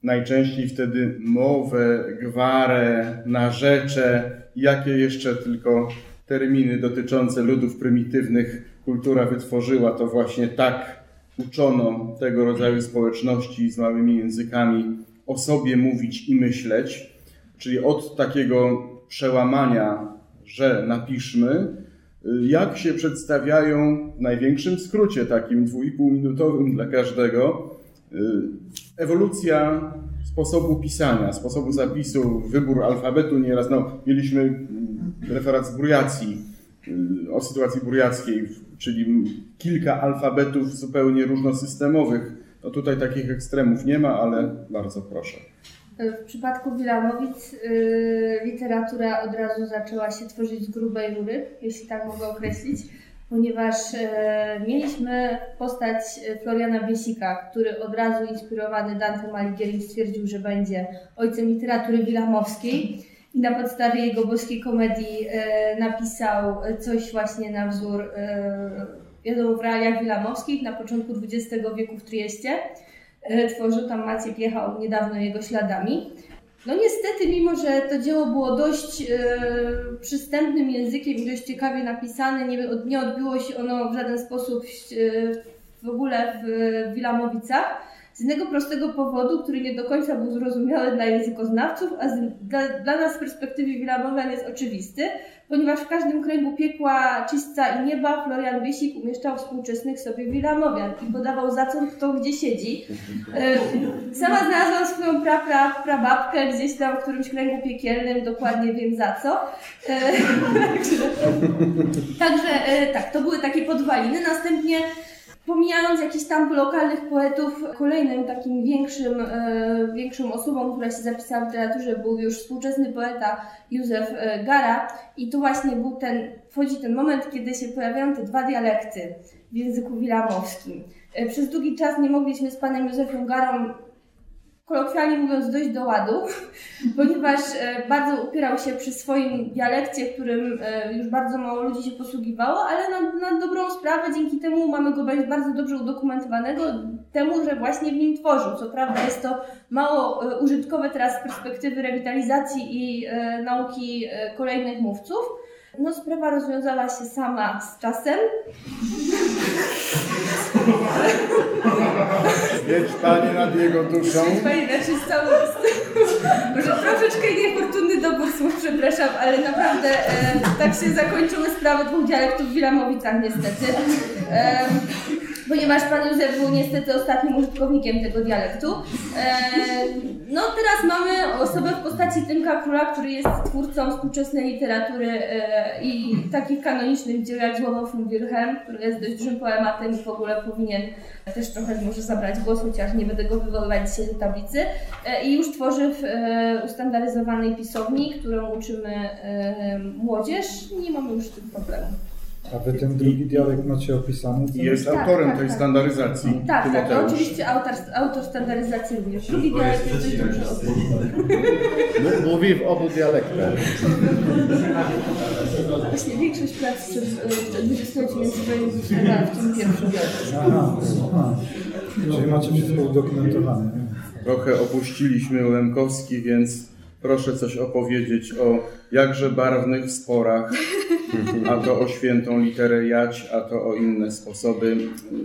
najczęściej wtedy mowę, gwarę, narzecze, jakie jeszcze tylko terminy dotyczące ludów prymitywnych kultura wytworzyła, to właśnie tak uczono tego rodzaju społeczności z małymi językami o sobie mówić i myśleć, czyli od takiego przełamania, że napiszmy, jak się przedstawiają w największym skrócie, takim dwu i pół minutowym dla każdego, ewolucja sposobu pisania, sposobu zapisu, wybór alfabetu nieraz. No, mieliśmy referat z Burjacji, o sytuacji burjackiej, czyli kilka alfabetów zupełnie różnosystemowych. No tutaj takich ekstremów nie ma, ale bardzo proszę. W przypadku Wilamowic yy, literatura od razu zaczęła się tworzyć z grubej rury, jeśli tak mogę określić, ponieważ yy, mieliśmy postać Floriana Biesika, który od razu inspirowany Dantem Alighieri stwierdził, że będzie ojcem literatury wilamowskiej i na podstawie jego boskiej komedii yy, napisał coś właśnie na wzór yy, wiadomo w realiach wilamowskich na początku dwudziestego wieku w Trieste. Tworzył tam Maciej jechał niedawno jego śladami. No niestety, mimo że to dzieło było dość e, przystępnym językiem i dość ciekawie napisane, nie, nie odbiło się ono w żaden sposób e, w ogóle w Wilamowicach. Z jednego prostego powodu, który nie do końca był zrozumiały dla językoznawców, a z, dla, dla nas z perspektywy Wilamowian jest oczywisty, ponieważ w każdym kręgu piekła, czystca i nieba Florian Biesik umieszczał współczesnych sobie Wilamowian i podawał za co kto gdzie siedzi. Sama znalazłam swoją pra, pra, prababkę gdzieś tam w którymś kręgu piekielnym, dokładnie wiem za co. Także tak, to były takie podwaliny. Następnie pomijając jakichś tam lokalnych poetów, kolejnym takim większym, e, większą osobą, która się zapisała w literaturze, był już współczesny poeta Józef e, Gara. I tu właśnie był ten, wchodzi ten moment, kiedy się pojawiają te dwa dialekty w języku wilamowskim. E, przez długi czas nie mogliśmy z panem Józefem Garą, kolokwialnie mówiąc, dojść do ładu, ponieważ e, bardzo upierał się przy swoim dialekcie, którym e, już bardzo mało ludzi się posługiwało, ale na, na dobrą sprawę dzięki temu mamy go bardzo dobrze udokumentowanego temu, że właśnie w nim tworzył. Co prawda jest to mało e, użytkowe teraz z perspektywy rewitalizacji i e, nauki e, kolejnych mówców. No, sprawa rozwiązała się sama z czasem. Jedź Panie nad jego duszą. Panie, znaczy cały... Może troszeczkę niefortunny dobór słów, przepraszam, ale naprawdę e, tak się zakończyły sprawy dwóch dialektów w Wilamowicach niestety. E, ponieważ pan Józef był niestety ostatnim użytkownikiem tego dialektu. E, no teraz mamy osobę w postaci Tymka Króla, który jest twórcą współczesnej literatury e, i takich kanonicznych dzieł jak Złomów i Wilhelm, który jest dość dużym poematem i w ogóle powinien też trochę może zabrać głos, chociaż nie będę go wywoływać dzisiaj do tablicy. E, I już tworzy w e, ustandaryzowanej pisowni, którą uczymy e, młodzież. Nie mamy już tych problemów. A wy ten drugi dialekt macie opisany? I jest Tak, autorem tak, tej tak. standaryzacji. Tak, tak, Tymoteusz. oczywiście autor, autor standaryzacji również. Drugi dialekt jest dość dobrze opisany. Mówi w obu dialektach. Właśnie większość prac przed dwudziestoleciu międzywojennym wykonała w tym pierwszym dialekcie. Aha, aha. Czyli macie wszystko udokumentowane. Trochę opuściliśmy Łemkowski, więc proszę coś opowiedzieć o jakże barwnych sporach, a to o świętą literę jać, a to o inne sposoby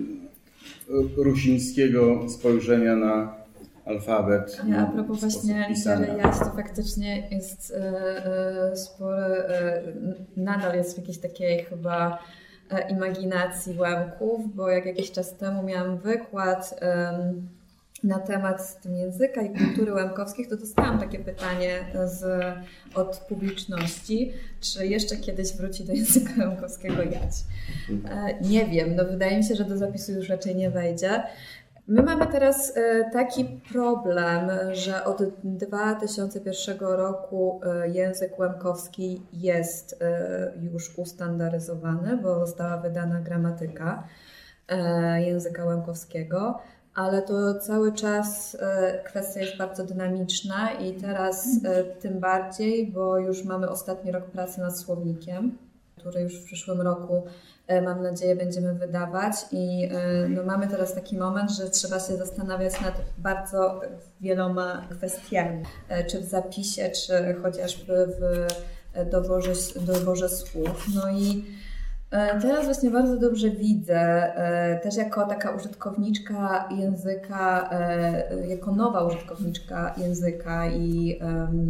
rusińskiego spojrzenia na alfabet. A propos właśnie litery jać, to faktycznie jest e, e, spory, e, nadal jest w jakiejś takiej chyba e, imaginacji Łemków, bo jak jakiś czas temu miałam wykład e, na temat języka i kultury łemkowskich, to dostałam takie pytanie z, od publiczności, czy jeszcze kiedyś wróci do języka łemkowskiego jać. E, nie wiem, no wydaje mi się, że do zapisu już raczej nie wejdzie. My mamy teraz e, taki problem, że od dwa tysiące pierwszego roku e, język łemkowski jest e, już ustandaryzowany, bo została wydana gramatyka e, języka łemkowskiego. Ale to cały czas e, kwestia jest bardzo dynamiczna i teraz e, tym bardziej, bo już mamy ostatni rok pracy nad słownikiem który już w przyszłym roku, mam nadzieję, będziemy wydawać i no, mamy teraz taki moment, że trzeba się zastanawiać nad bardzo wieloma kwestiami, czy w zapisie, czy chociażby w doborze, doborze słów. No i teraz właśnie bardzo dobrze widzę, też jako taka użytkowniczka języka, jako nowa użytkowniczka języka i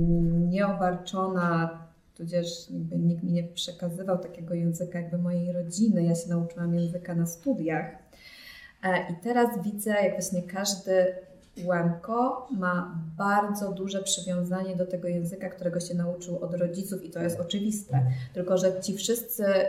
nieobarczona, tudzież nikt mi nie przekazywał takiego języka jakby mojej rodziny. Ja się nauczyłam języka na studiach. I teraz widzę, jak właśnie każdy Łemko ma bardzo duże przywiązanie do tego języka, którego się nauczył od rodziców i to jest oczywiste. Tylko że ci wszyscy um,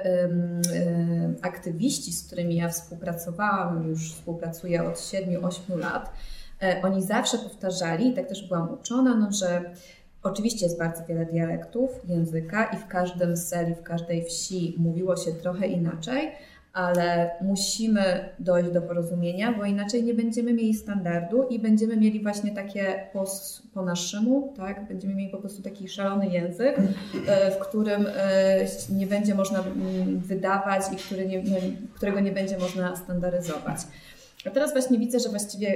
um, aktywiści, z którymi ja współpracowałam, już współpracuję od siedmiu ośmiu lat, um, oni zawsze powtarzali, i tak też byłam uczona, no, że oczywiście jest bardzo wiele dialektów języka i w każdym seli, w każdej wsi mówiło się trochę inaczej, ale musimy dojść do porozumienia, bo inaczej nie będziemy mieli standardu i będziemy mieli właśnie takie po, po naszemu, tak? Będziemy mieli po prostu taki szalony język, w którym nie będzie można wydawać i który nie, którego nie będzie można standaryzować. A teraz właśnie widzę, że właściwie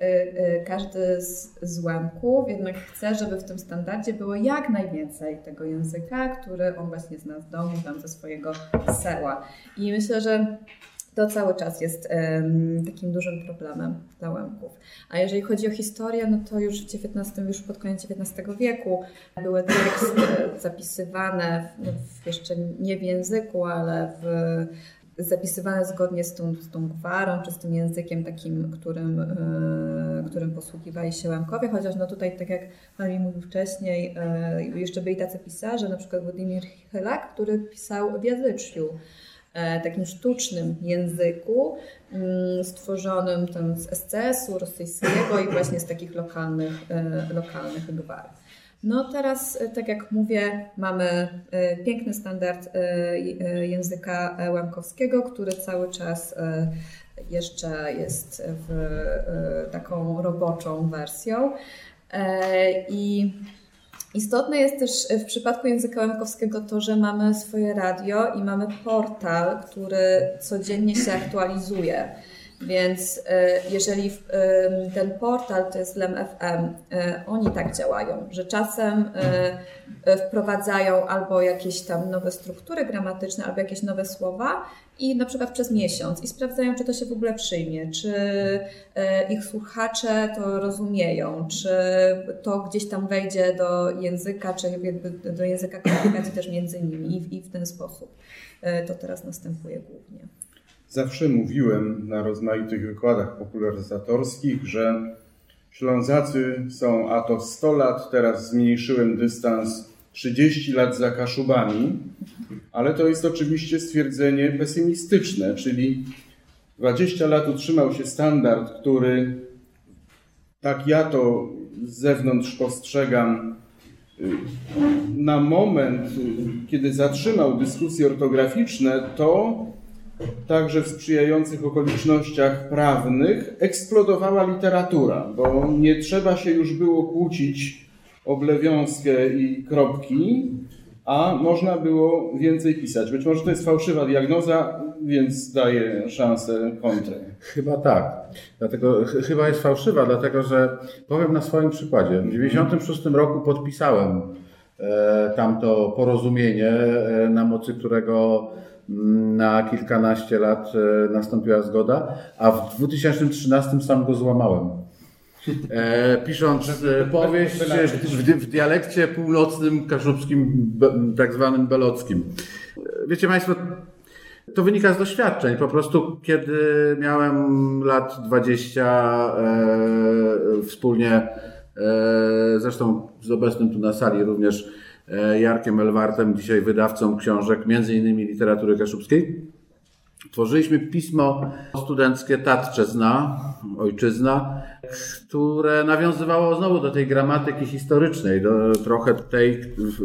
każdy z, z Łemków jednak chce, żeby w tym standardzie było jak najwięcej tego języka, który on właśnie zna z domu, tam ze swojego sela. I myślę, że to cały czas jest um, takim dużym problemem dla Łemków. A jeżeli chodzi o historię, no to już w dziewiętnastym, już pod koniec dziewiętnastego wieku były teksty zapisywane w, w jeszcze nie w języku, ale w zapisywane zgodnie z tą, z tą gwarą, czy z tym językiem takim, którym, yy, którym posługiwali się Łemkowie, chociaż no tutaj, tak jak Pan mi mówił wcześniej, yy, jeszcze byli tacy pisarze, na przykład Władimir Chylak, który pisał w jazyczu, yy, takim sztucznym języku, yy, stworzonym tam z es ce es u rosyjskiego i właśnie z takich lokalnych, yy, lokalnych gwar. No teraz, tak jak mówię, mamy piękny standard języka łemkowskiego, który cały czas jeszcze jest w taką roboczą wersją. I istotne jest też w przypadku języka łemkowskiego to, że mamy swoje radio i mamy portal, który codziennie się aktualizuje. Więc jeżeli ten portal to jest Lem F M, oni tak działają, że czasem wprowadzają albo jakieś tam nowe struktury gramatyczne, albo jakieś nowe słowa i na przykład przez miesiąc i sprawdzają, czy to się w ogóle przyjmie, czy ich słuchacze to rozumieją, czy to gdzieś tam wejdzie do języka, czy jakby do języka komunikacji też między nimi i w ten sposób to teraz następuje głównie. Zawsze mówiłem na rozmaitych wykładach popularyzatorskich, że Ślązacy są a to sto lat, teraz zmniejszyłem dystans trzydzieści lat za Kaszubami, ale to jest oczywiście stwierdzenie pesymistyczne, czyli dwadzieścia lat utrzymał się standard, który tak ja to z zewnątrz postrzegam, na moment, kiedy zatrzymał dyskusje ortograficzne, to także w sprzyjających okolicznościach prawnych eksplodowała literatura, bo nie trzeba się już było kłócić o blewiązkę i kropki, a można było więcej pisać. Być może to jest fałszywa diagnoza, więc daję szansę kontry. Chyba tak. Dlatego, ch- chyba jest fałszywa, dlatego że powiem na swoim przykładzie. W dziewięćdziesiątym szóstym roku podpisałem e, tamto porozumienie, e, na mocy którego na kilkanaście lat nastąpiła zgoda, a w dwa tysiące trzynastym sam go złamałem. E, pisząc powieść w, w dialekcie północnym, kaszubskim, tak zwanym belockim. Wiecie Państwo, to wynika z doświadczeń. Po prostu kiedy miałem lat dwadzieścia, e, wspólnie, e, zresztą z obecnym tu na sali również Jarkiem Elwartem, dzisiaj wydawcą książek, między innymi literatury kaszubskiej, tworzyliśmy pismo studenckie Tatczezna, Ojczyzna, które nawiązywało znowu do tej gramatyki historycznej, do trochę tej,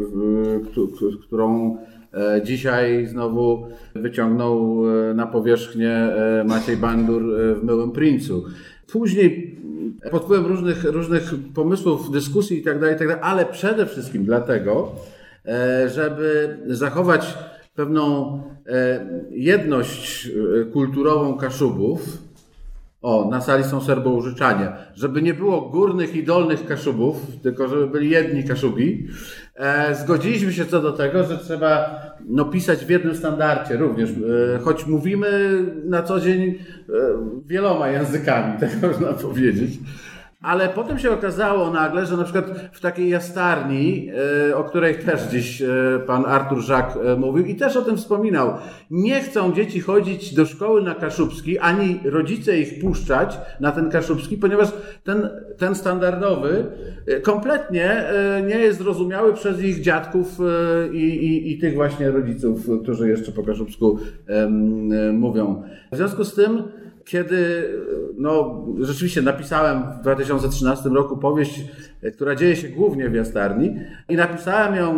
którą dzisiaj znowu wyciągnął na powierzchnię Maciej Bandur w Myłym Princu. Później pod wpływem różnych, różnych pomysłów, dyskusji i tak dalej, ale przede wszystkim dlatego, żeby zachować pewną e, jedność kulturową Kaszubów. O, na sali są Serboużyczanie. Żeby nie było górnych i dolnych Kaszubów, tylko żeby byli jedni Kaszubi, e, zgodziliśmy się co do tego, że trzeba no, pisać w jednym standardzie również, e, choć mówimy na co dzień e, wieloma językami, tak można powiedzieć. Ale potem się okazało nagle, że na przykład w takiej jastarni, o której też dziś pan Artur Żak mówił i też o tym wspominał, nie chcą dzieci chodzić do szkoły na kaszubski, ani rodzice ich puszczać na ten kaszubski, ponieważ ten, ten standardowy kompletnie nie jest zrozumiały przez ich dziadków i, i, i tych właśnie rodziców, którzy jeszcze po kaszubsku mówią. W związku z tym, kiedy no, rzeczywiście napisałem w dwa tysiące trzynastym roku powieść, która dzieje się głównie w jastarni i napisałem ją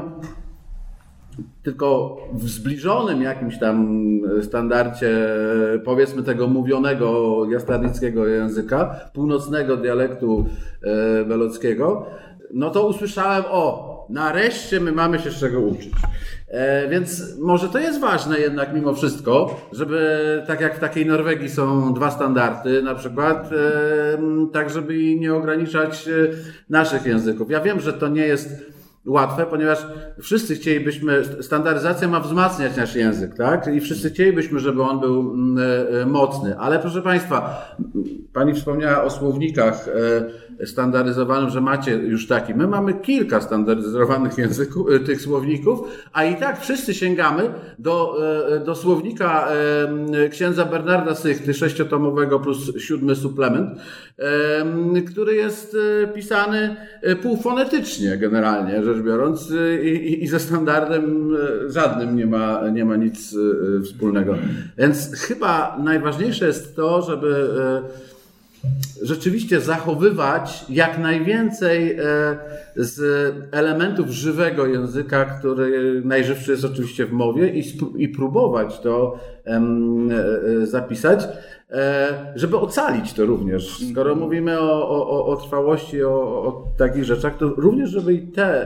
tylko w zbliżonym jakimś tam standardzie, powiedzmy tego mówionego jastarnickiego języka, północnego dialektu belockiego, no to usłyszałem, o, nareszcie my mamy się z czego uczyć. E, więc może to jest ważne jednak mimo wszystko, żeby tak jak w takiej Norwegii są dwa standardy na przykład, e, tak żeby nie ograniczać naszych języków. Ja wiem, że to nie jest łatwe, ponieważ wszyscy chcielibyśmy, standaryzacja ma wzmacniać nasz język, tak? I wszyscy chcielibyśmy, żeby on był mocny. Ale proszę Państwa, Pani wspomniała o słownikach standaryzowanym, że macie już taki. My mamy kilka standaryzowanych języków, tych słowników, a i tak wszyscy sięgamy do, do słownika księdza Bernarda Sychty, sześciotomowego plus siódmy suplement, który jest pisany półfonetycznie generalnie rzecz biorąc i, i, i ze standardem żadnym nie ma, nie ma nic wspólnego. Więc chyba najważniejsze jest to, żeby rzeczywiście zachowywać jak najwięcej z elementów żywego języka, który najżywszy jest oczywiście w mowie i, i próbować to zapisać, żeby ocalić to również. Skoro mówimy o, o, o trwałości, o, o takich rzeczach, to również, żeby i te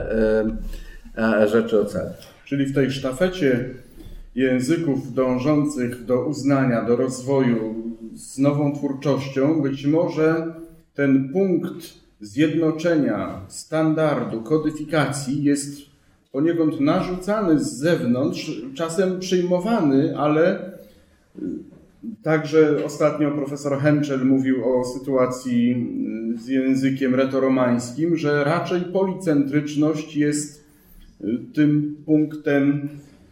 rzeczy ocalić. Czyli w tej sztafecie języków dążących do uznania, do rozwoju z nową twórczością, być może ten punkt zjednoczenia, standardu, kodyfikacji jest poniekąd narzucany z zewnątrz, czasem przyjmowany, ale także ostatnio profesor Henschel mówił o sytuacji z językiem retoromańskim, że raczej policentryczność jest tym punktem,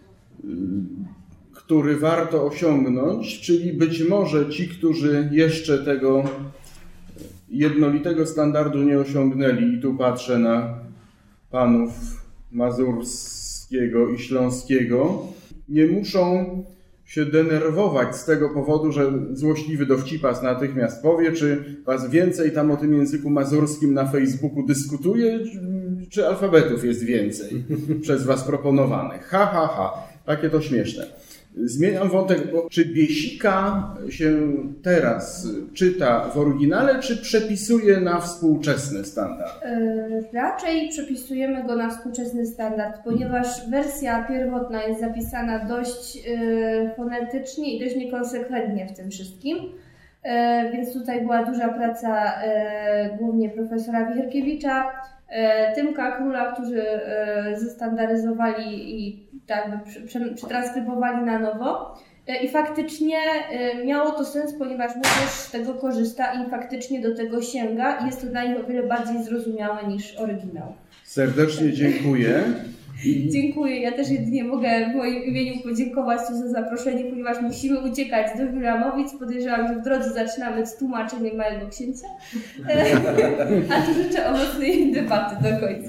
który warto osiągnąć, czyli być może ci, którzy jeszcze tego jednolitego standardu nie osiągnęli, i tu patrzę na panów mazurskiego i śląskiego, nie muszą się denerwować z tego powodu, że złośliwy dowcipas natychmiast powie, czy was więcej tam o tym języku mazurskim na Facebooku dyskutuje, czy alfabetów jest więcej przez was proponowanych. Ha, ha, ha. Takie to śmieszne. Zmieniam wątek, bo czy Biesika się teraz czyta w oryginale, czy przepisuje na współczesny standard? Yy, raczej przepisujemy go na współczesny standard, ponieważ wersja pierwotna jest zapisana dość yy, fonetycznie i dość niekonsekwentnie w tym wszystkim. Yy, więc tutaj była duża praca yy, głównie profesora Wicherkiewicza, yy, Tymka Króla, którzy yy, zestandaryzowali i tak przetranskrybowali na nowo. I faktycznie miało to sens, ponieważ młodzież z tego korzysta i faktycznie do tego sięga i jest to dla nich o wiele bardziej zrozumiałe niż oryginał. Serdecznie dziękuję. I... Dziękuję. Ja też jedynie mogę w moim imieniu podziękować tu za zaproszenie, ponieważ musimy uciekać do Wilamowic. Podejrzewam, że w drodze zaczynamy z tłumaczeniem Małego Księcia. A tu życzę owocnej debaty do końca.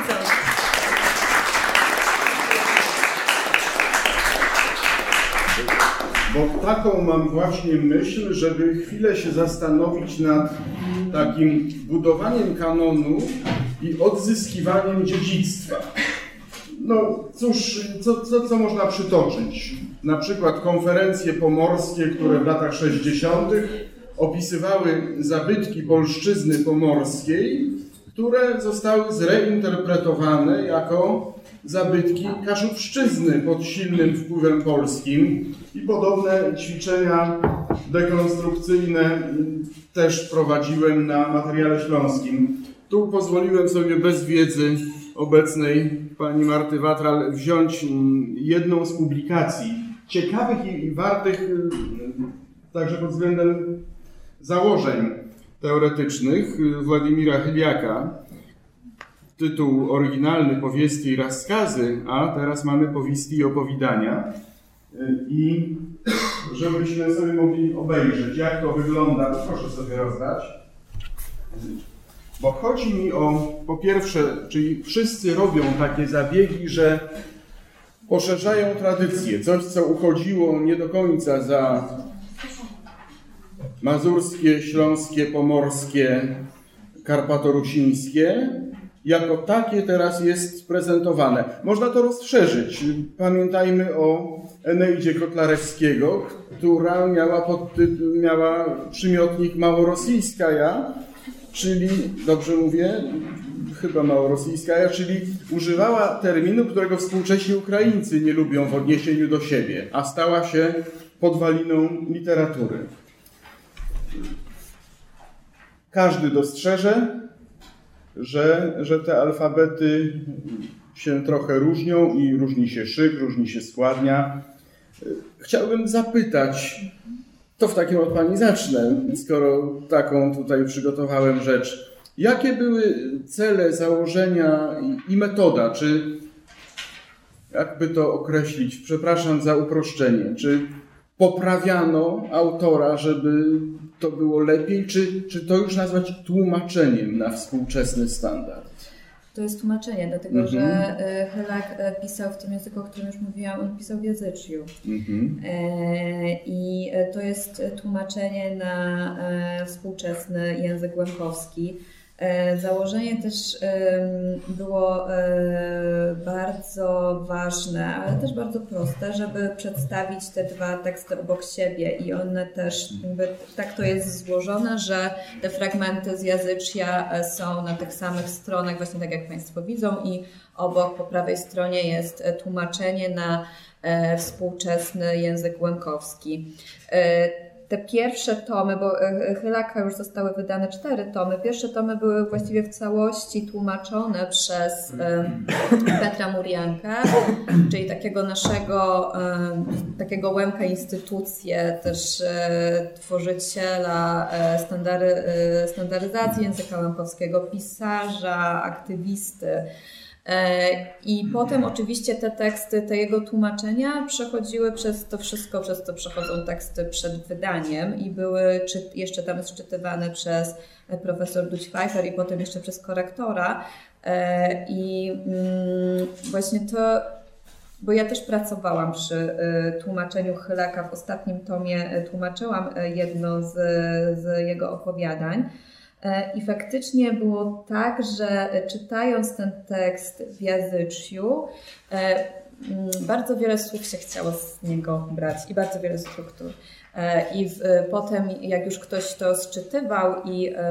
Bo taką mam właśnie myśl, żeby chwilę się zastanowić nad takim budowaniem kanonu i odzyskiwaniem dziedzictwa. No cóż, co, co, co można przytoczyć? Na przykład konferencje pomorskie, które w latach sześćdziesiątych opisywały zabytki polszczyzny pomorskiej które zostały zreinterpretowane jako zabytki Kaszubszczyzny pod silnym wpływem polskim i podobne ćwiczenia dekonstrukcyjne też prowadziłem na materiale śląskim. Tu pozwoliłem sobie bez wiedzy obecnej pani Marty Watral wziąć jedną z publikacji ciekawych i wartych także pod względem założeń teoretycznych Władimira Chyliaka. Tytuł oryginalny Powieści i rozkazy, a teraz mamy powieści i opowiadania. I żebyśmy sobie mogli obejrzeć, jak to wygląda, proszę sobie rozdać. Bo chodzi mi o, po pierwsze, czyli wszyscy robią takie zabiegi, że poszerzają tradycję. Coś, co uchodziło nie do końca za mazurskie, śląskie, pomorskie, karpatorusińskie, jako takie teraz jest prezentowane. Można to rozszerzyć. Pamiętajmy o Eneidzie Kotlarewskiego, która miała, podtytuł, miała przymiotnik małorosyjskaja, czyli, dobrze mówię, chyba małorosyjskaja, czyli używała terminu, którego współcześni Ukraińcy nie lubią w odniesieniu do siebie, a stała się podwaliną literatury. Każdy dostrzeże, że, że te alfabety się trochę różnią i różni się szyk, różni się składnia. Chciałbym zapytać, to w takim od pani zacznę, skoro taką tutaj przygotowałem rzecz. Jakie były cele, założenia i metoda? Czy, jakby to określić, przepraszam za uproszczenie, czy poprawiano autora, żeby to było lepiej, czy, czy to już nazwać tłumaczeniem na współczesny standard? To jest tłumaczenie, dlatego mm-hmm. że Chylak pisał w tym języku, o którym już mówiłam, on pisał w języczju. Mm-hmm. I to jest tłumaczenie na współczesny język łemkowski. Założenie też było bardzo ważne, ale też bardzo proste, żeby przedstawić te dwa teksty obok siebie i one też, jakby, tak to jest złożone, że te fragmenty z języczia są na tych samych stronach, właśnie tak jak Państwo widzą, i obok po prawej stronie jest tłumaczenie na współczesny język łemkowski. Te pierwsze tomy, bo Chylaka już zostały wydane cztery tomy, pierwsze tomy były właściwie w całości tłumaczone przez Petra Murianka, czyli takiego naszego, takiego Łemka instytucję, też tworzyciela standary, standaryzacji języka łemkowskiego, pisarza, aktywisty. I potem oczywiście te teksty, te jego tłumaczenia przechodziły przez to wszystko, przez to przechodzą teksty przed wydaniem i były czy, jeszcze tam sczytywane przez profesor Duć-Pfeiffer i potem jeszcze przez korektora. I właśnie to, bo ja też pracowałam przy tłumaczeniu Chylaka, w ostatnim tomie tłumaczyłam jedno z, z jego opowiadań. I faktycznie było tak, że czytając ten tekst w języczju, bardzo wiele słów się chciało z niego brać i bardzo wiele struktur. I w, potem, jak już ktoś to sczytywał i e,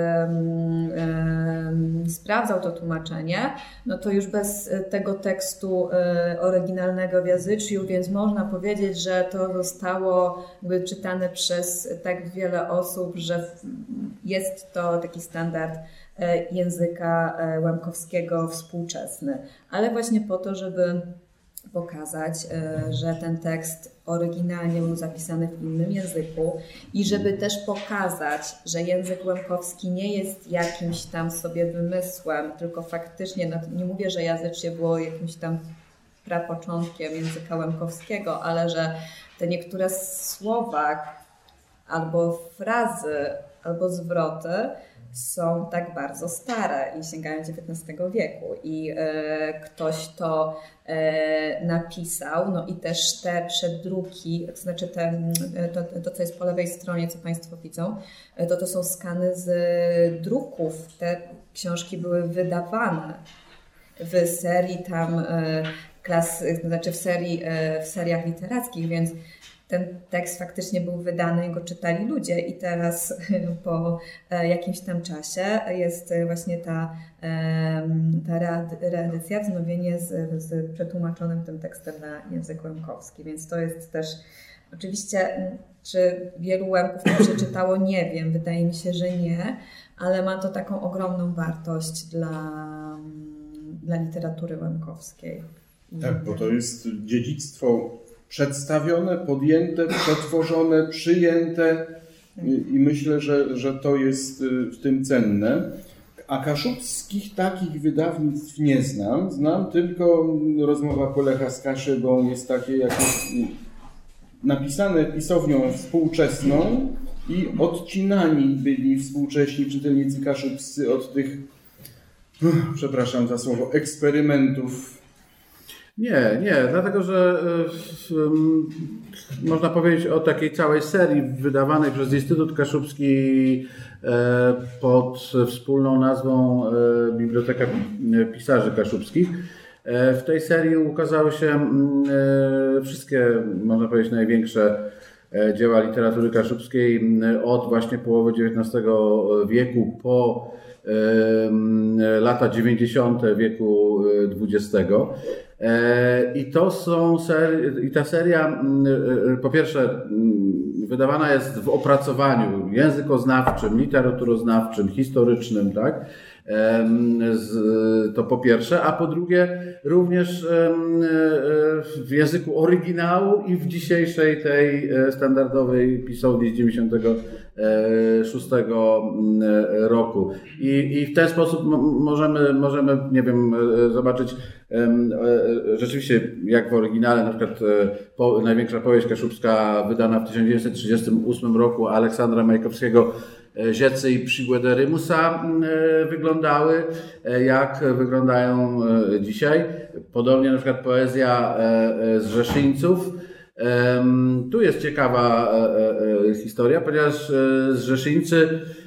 e, sprawdzał to tłumaczenie, no to już bez tego tekstu e, oryginalnego w języczju, więc można powiedzieć, że to zostało jakby czytane przez tak wiele osób, że jest to taki standard języka łemkowskiego współczesny. Ale właśnie po to, żeby pokazać, że ten tekst oryginalnie był zapisany w innym języku i żeby też pokazać, że język łemkowski nie jest jakimś tam sobie wymysłem, tylko faktycznie, nie mówię, że języcznie było jakimś tam prapoczątkiem języka łemkowskiego, ale że te niektóre słowa albo frazy, albo zwroty są tak bardzo stare i sięgają dziewiętnastego wieku i e, ktoś to e, napisał, no i też te przedruki, to znaczy te, to, to, co jest po lewej stronie, co Państwo widzą, to to są skany z druków. Te książki były wydawane w serii tam klas, to znaczy w, serii, w seriach literackich, więc ten tekst faktycznie był wydany i go czytali ludzie i teraz po jakimś tam czasie jest właśnie ta, ta reedycja, wznowienie z, z przetłumaczonym tym tekstem na język łemkowski, więc to jest też oczywiście, czy wielu Łemków to przeczytało, nie wiem, wydaje mi się, że nie, ale ma to taką ogromną wartość dla, dla literatury łemkowskiej. Tak, bo to jest dziedzictwo przedstawione, podjęte, przetworzone, przyjęte i, i myślę, że, że to jest w tym cenne. A kaszubskich takich wydawnictw nie znam. Znam tylko Rozmowa Polecha z Kaszybą, jest takie jakieś napisane pisownią współczesną i odcinani byli współcześni czytelnicy kaszubscy od tych, przepraszam za słowo, eksperymentów. Nie, nie, dlatego że y, y, można powiedzieć o takiej całej serii wydawanej przez Instytut Kaszubski y, pod wspólną nazwą y, Biblioteka Pisarzy Kaszubskich. Y, w tej serii ukazały się y, wszystkie, można powiedzieć, największe dzieła literatury kaszubskiej od właśnie połowy dziewiętnastego wieku po y, lata dziewięćdziesiąte wieku dwudziestego. I to są ser- i ta seria po pierwsze wydawana jest w opracowaniu językoznawczym, literaturoznawczym, historycznym, tak? To po pierwsze, a po drugie również w języku oryginału i w dzisiejszej tej standardowej pisowni z dziewięćdziesiątego szóstego roku. I, i w ten sposób możemy, możemy, nie wiem, zobaczyć rzeczywiście jak w oryginale, na przykład po, największa powieść kaszubska wydana w tysiąc dziewięćset trzydziestym ósmym roku Aleksandra Majkowskiego Ziece i Przygłady Rymusa wyglądały, jak wyglądają dzisiaj. Podobnie na przykład poezja z Rzeszyńców. Tu jest ciekawa historia, ponieważ Rzeszyńcy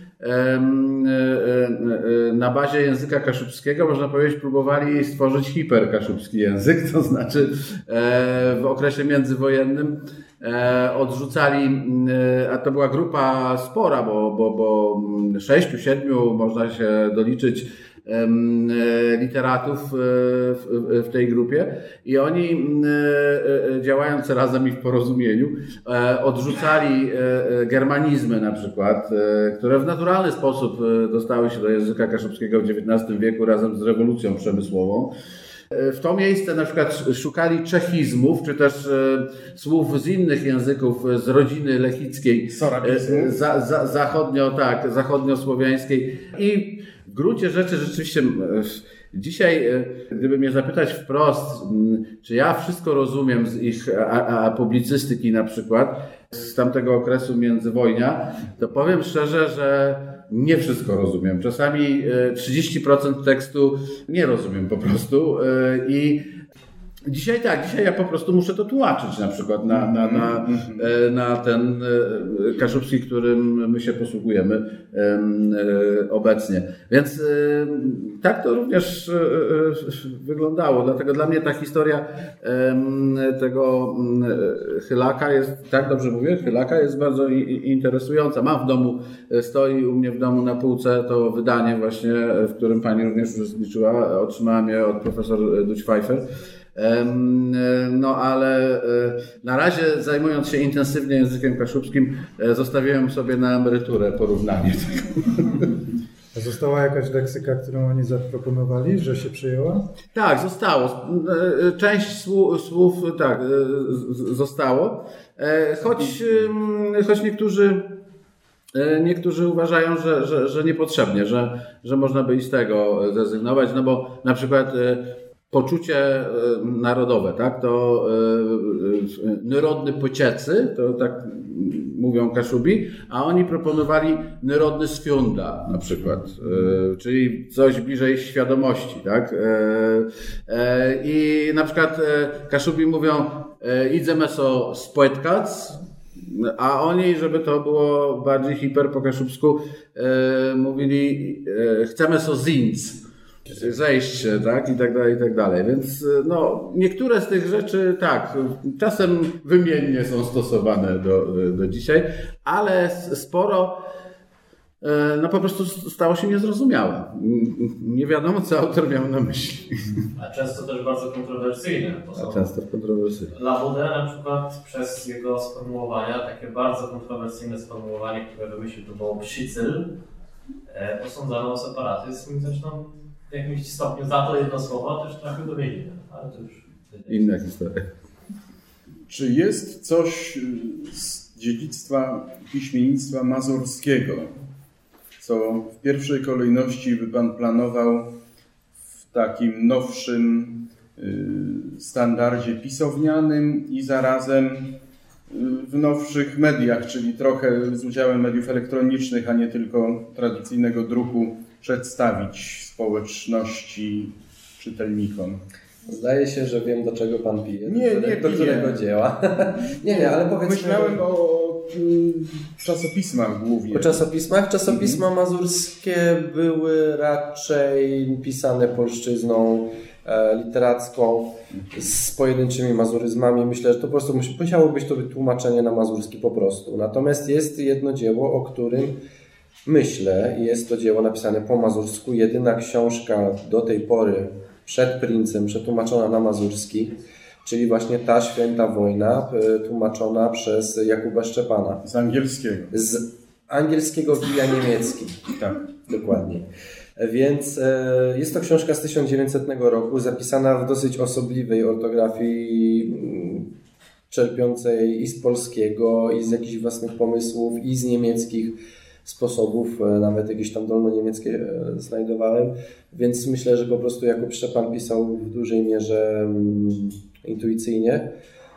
na bazie języka kaszubskiego, można powiedzieć, próbowali stworzyć hiperkaszubski język, to znaczy w okresie międzywojennym odrzucali, a to była grupa spora, bo, bo, bo sześciu, siedmiu można się doliczyć literatów w, w tej grupie i oni, działając razem i w porozumieniu, odrzucali germanizmy na przykład, które w naturalny sposób dostały się do języka kaszubskiego w dziewiętnastym wieku razem z rewolucją przemysłową. W to miejsce na przykład szukali czechizmów, czy też słów z innych języków z rodziny lechickiej, za, za, zachodnio, tak, zachodniosłowiańskiej i w gruncie rzeczy rzeczywiście dzisiaj, gdyby mnie zapytać wprost, czy ja wszystko rozumiem z ich a, a publicystyki na przykład, z tamtego okresu międzywojnia, to powiem szczerze, że nie wszystko rozumiem. Czasami trzydzieści procent tekstu nie rozumiem po prostu i dzisiaj tak, dzisiaj ja po prostu muszę to tłumaczyć na przykład na, na, na, na ten kaszubski, którym my się posługujemy obecnie. Więc tak to również wyglądało. Dlatego dla mnie ta historia tego Chylaka jest, tak dobrze mówię, Chylaka jest bardzo interesująca. Mam w domu, stoi u mnie w domu na półce to wydanie właśnie, w którym pani również uczestniczyła. Otrzymałem je od profesor Duć-Pfeiffer. No ale na razie zajmując się intensywnie językiem kaszubskim, zostawiłem sobie na emeryturę porównanie tego. A została jakaś leksyka, którą oni zaproponowali, że się przyjęła? Tak, zostało. Część słów, słów tak, zostało. Choć, choć niektórzy Niektórzy uważają, że, że, że niepotrzebnie, że, że można by i z tego zrezygnować, no bo na przykład poczucie narodowe, tak, to narodny pociecy, to tak mówią Kaszubi, a oni proponowali narodny sfiunda na przykład, czyli coś bliżej świadomości, tak. I na przykład Kaszubi mówią idziemy so spotkać, a oni, żeby to było bardziej hiper po kaszubsku, mówili chcemy so zinc. zejście, tak, i tak dalej, i tak dalej. Więc no, niektóre z tych rzeczy, tak, czasem wymiennie są stosowane do, do dzisiaj, ale sporo no po prostu stało się niezrozumiałe. Nie wiadomo, co autor miał na myśli. A często też bardzo kontrowersyjne. A często kontrowersyjne. Labaudet na przykład przez jego sformułowania, takie bardzo kontrowersyjne sformułowanie, które wymyślił, to było psicyl, osądzano o separatyzm, zresztą w jakimś stopniu za to jedno słowo też trafił do więzienia. Ale to już inna historia. Czy jest coś z dziedzictwa piśmiennictwa mazurskiego, co w pierwszej kolejności by Pan planował w takim nowszym standardzie pisownianym i zarazem w nowszych mediach, czyli trochę z udziałem mediów elektronicznych, a nie tylko tradycyjnego druku, przedstawić społeczności, czytelnikom? Zdaje się, że wiem, do czego Pan pije. Nie, do, nie do którego dzieła. nie, nie, ale powiedzmy... Myślałem o mm, czasopismach głównie. O czasopismach? Czasopisma mm. mazurskie były raczej pisane polszczyzną e, literacką z pojedynczymi mazuryzmami. Myślę, że to po prostu musiało być to tłumaczenie na mazurski po prostu. Natomiast jest jedno dzieło, o którym myślę, jest to dzieło napisane po mazursku, jedyna książka do tej pory przed Princem, przetłumaczona na mazurski, czyli właśnie Ta święta wojna, tłumaczona przez Jakuba Szczepana. Z angielskiego. Z angielskiego via niemiecki. Tak. Dokładnie. Więc e, jest to książka z tysiąc dziewięćsetnego roku, zapisana w dosyć osobliwej ortografii, czerpiącej i z polskiego, i z jakichś własnych pomysłów, i z niemieckich sposobów, nawet jakieś tam dolno-niemieckie znajdowałem, więc myślę, że po prostu Jakub Szczepan pisał w dużej mierze um, intuicyjnie.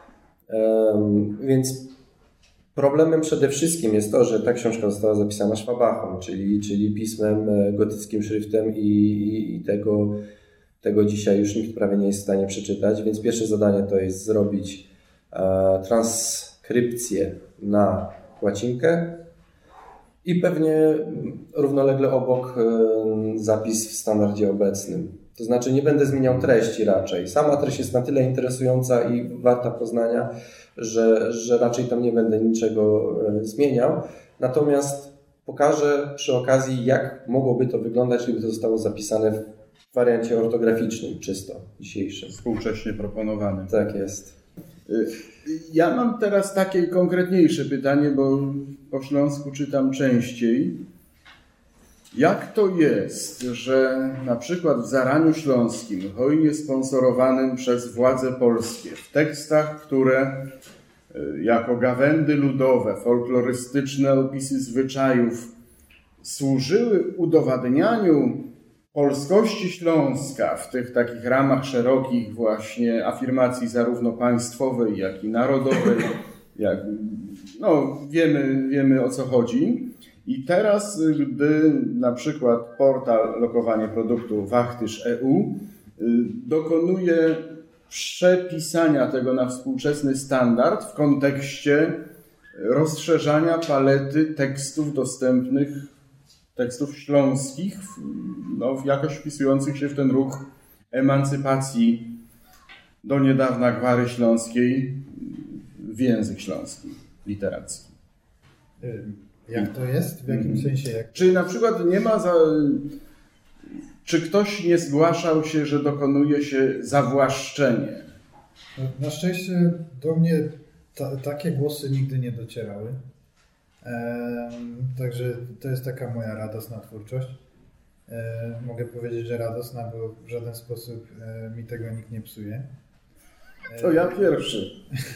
Um, więc problemem przede wszystkim jest to, że ta książka została zapisana szwabachą, czyli, czyli pismem gotyckim szryftem i, i, i tego, tego dzisiaj już nikt prawie nie jest w stanie przeczytać, więc pierwsze zadanie to jest zrobić e, transkrypcję na łacinkę, i pewnie równolegle obok zapis w standardzie obecnym. To znaczy nie będę zmieniał treści raczej. Sama treść jest na tyle interesująca i warta poznania, że, że raczej tam nie będę niczego zmieniał. Natomiast pokażę przy okazji, jak mogłoby to wyglądać, gdyby to zostało zapisane w wariancie ortograficznym, czysto dzisiejszym. Współcześnie proponowanym. Tak jest. Ja mam teraz takie konkretniejsze pytanie, bo po śląsku czytam częściej. Jak to jest, że na przykład w Zaraniu Śląskim, hojnie sponsorowanym przez władze polskie, w tekstach, które jako gawędy ludowe, folklorystyczne opisy zwyczajów służyły udowadnianiu polskości Śląska w tych takich ramach szerokich właśnie afirmacji zarówno państwowej, jak i narodowej, jak, no wiemy, wiemy o co chodzi. I teraz, gdy na przykład portal lokowanie produktu Wachtysz kropka e u dokonuje przepisania tego na współczesny standard w kontekście rozszerzania palety tekstów dostępnych, tekstów śląskich, no, jakoś wpisujących się w ten ruch emancypacji do niedawna gwary śląskiej w język śląski, literacki. Jak to jest? W jakim sensie? Jak... Czy na przykład nie ma za... Czy ktoś nie zgłaszał się, że dokonuje się zawłaszczenie? Na szczęście do mnie ta, takie głosy nigdy nie docierały. E, także to jest taka moja radosna twórczość. E, mogę powiedzieć, że radosna, bo w żaden sposób e, mi tego nikt nie psuje. E, to ja pierwszy.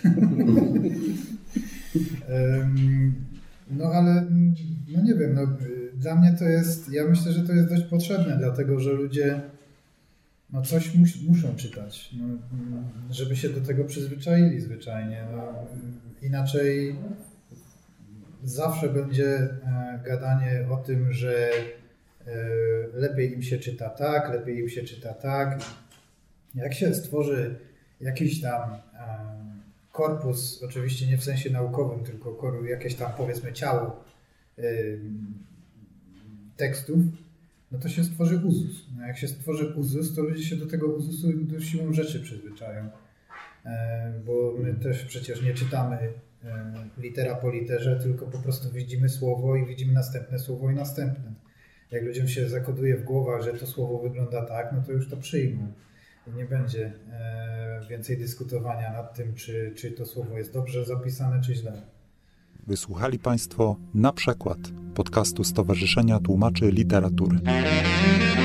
e, no ale no nie wiem, no, dla mnie to jest, ja myślę, że to jest dość potrzebne, dlatego że ludzie no coś mus, muszą czytać, no, żeby się do tego przyzwyczaili zwyczajnie. No, inaczej zawsze będzie gadanie o tym, że lepiej im się czyta tak, lepiej im się czyta tak. Jak się stworzy jakiś tam korpus, oczywiście nie w sensie naukowym, tylko jakieś tam powiedzmy ciało tekstów, no to się stworzy uzus. No jak się stworzy uzus, to ludzie się do tego uzusu siłą rzeczy przyzwyczają. Bo my też przecież nie czytamy litera po literze, tylko po prostu widzimy słowo i widzimy następne słowo i następne. Jak ludziom się zakoduje w głowach, że to słowo wygląda tak, no to już to przyjmą. I nie będzie więcej dyskutowania nad tym, czy, czy to słowo jest dobrze zapisane, czy źle. Wysłuchali Państwo na przykład podcastu Stowarzyszenia Tłumaczy Literatury.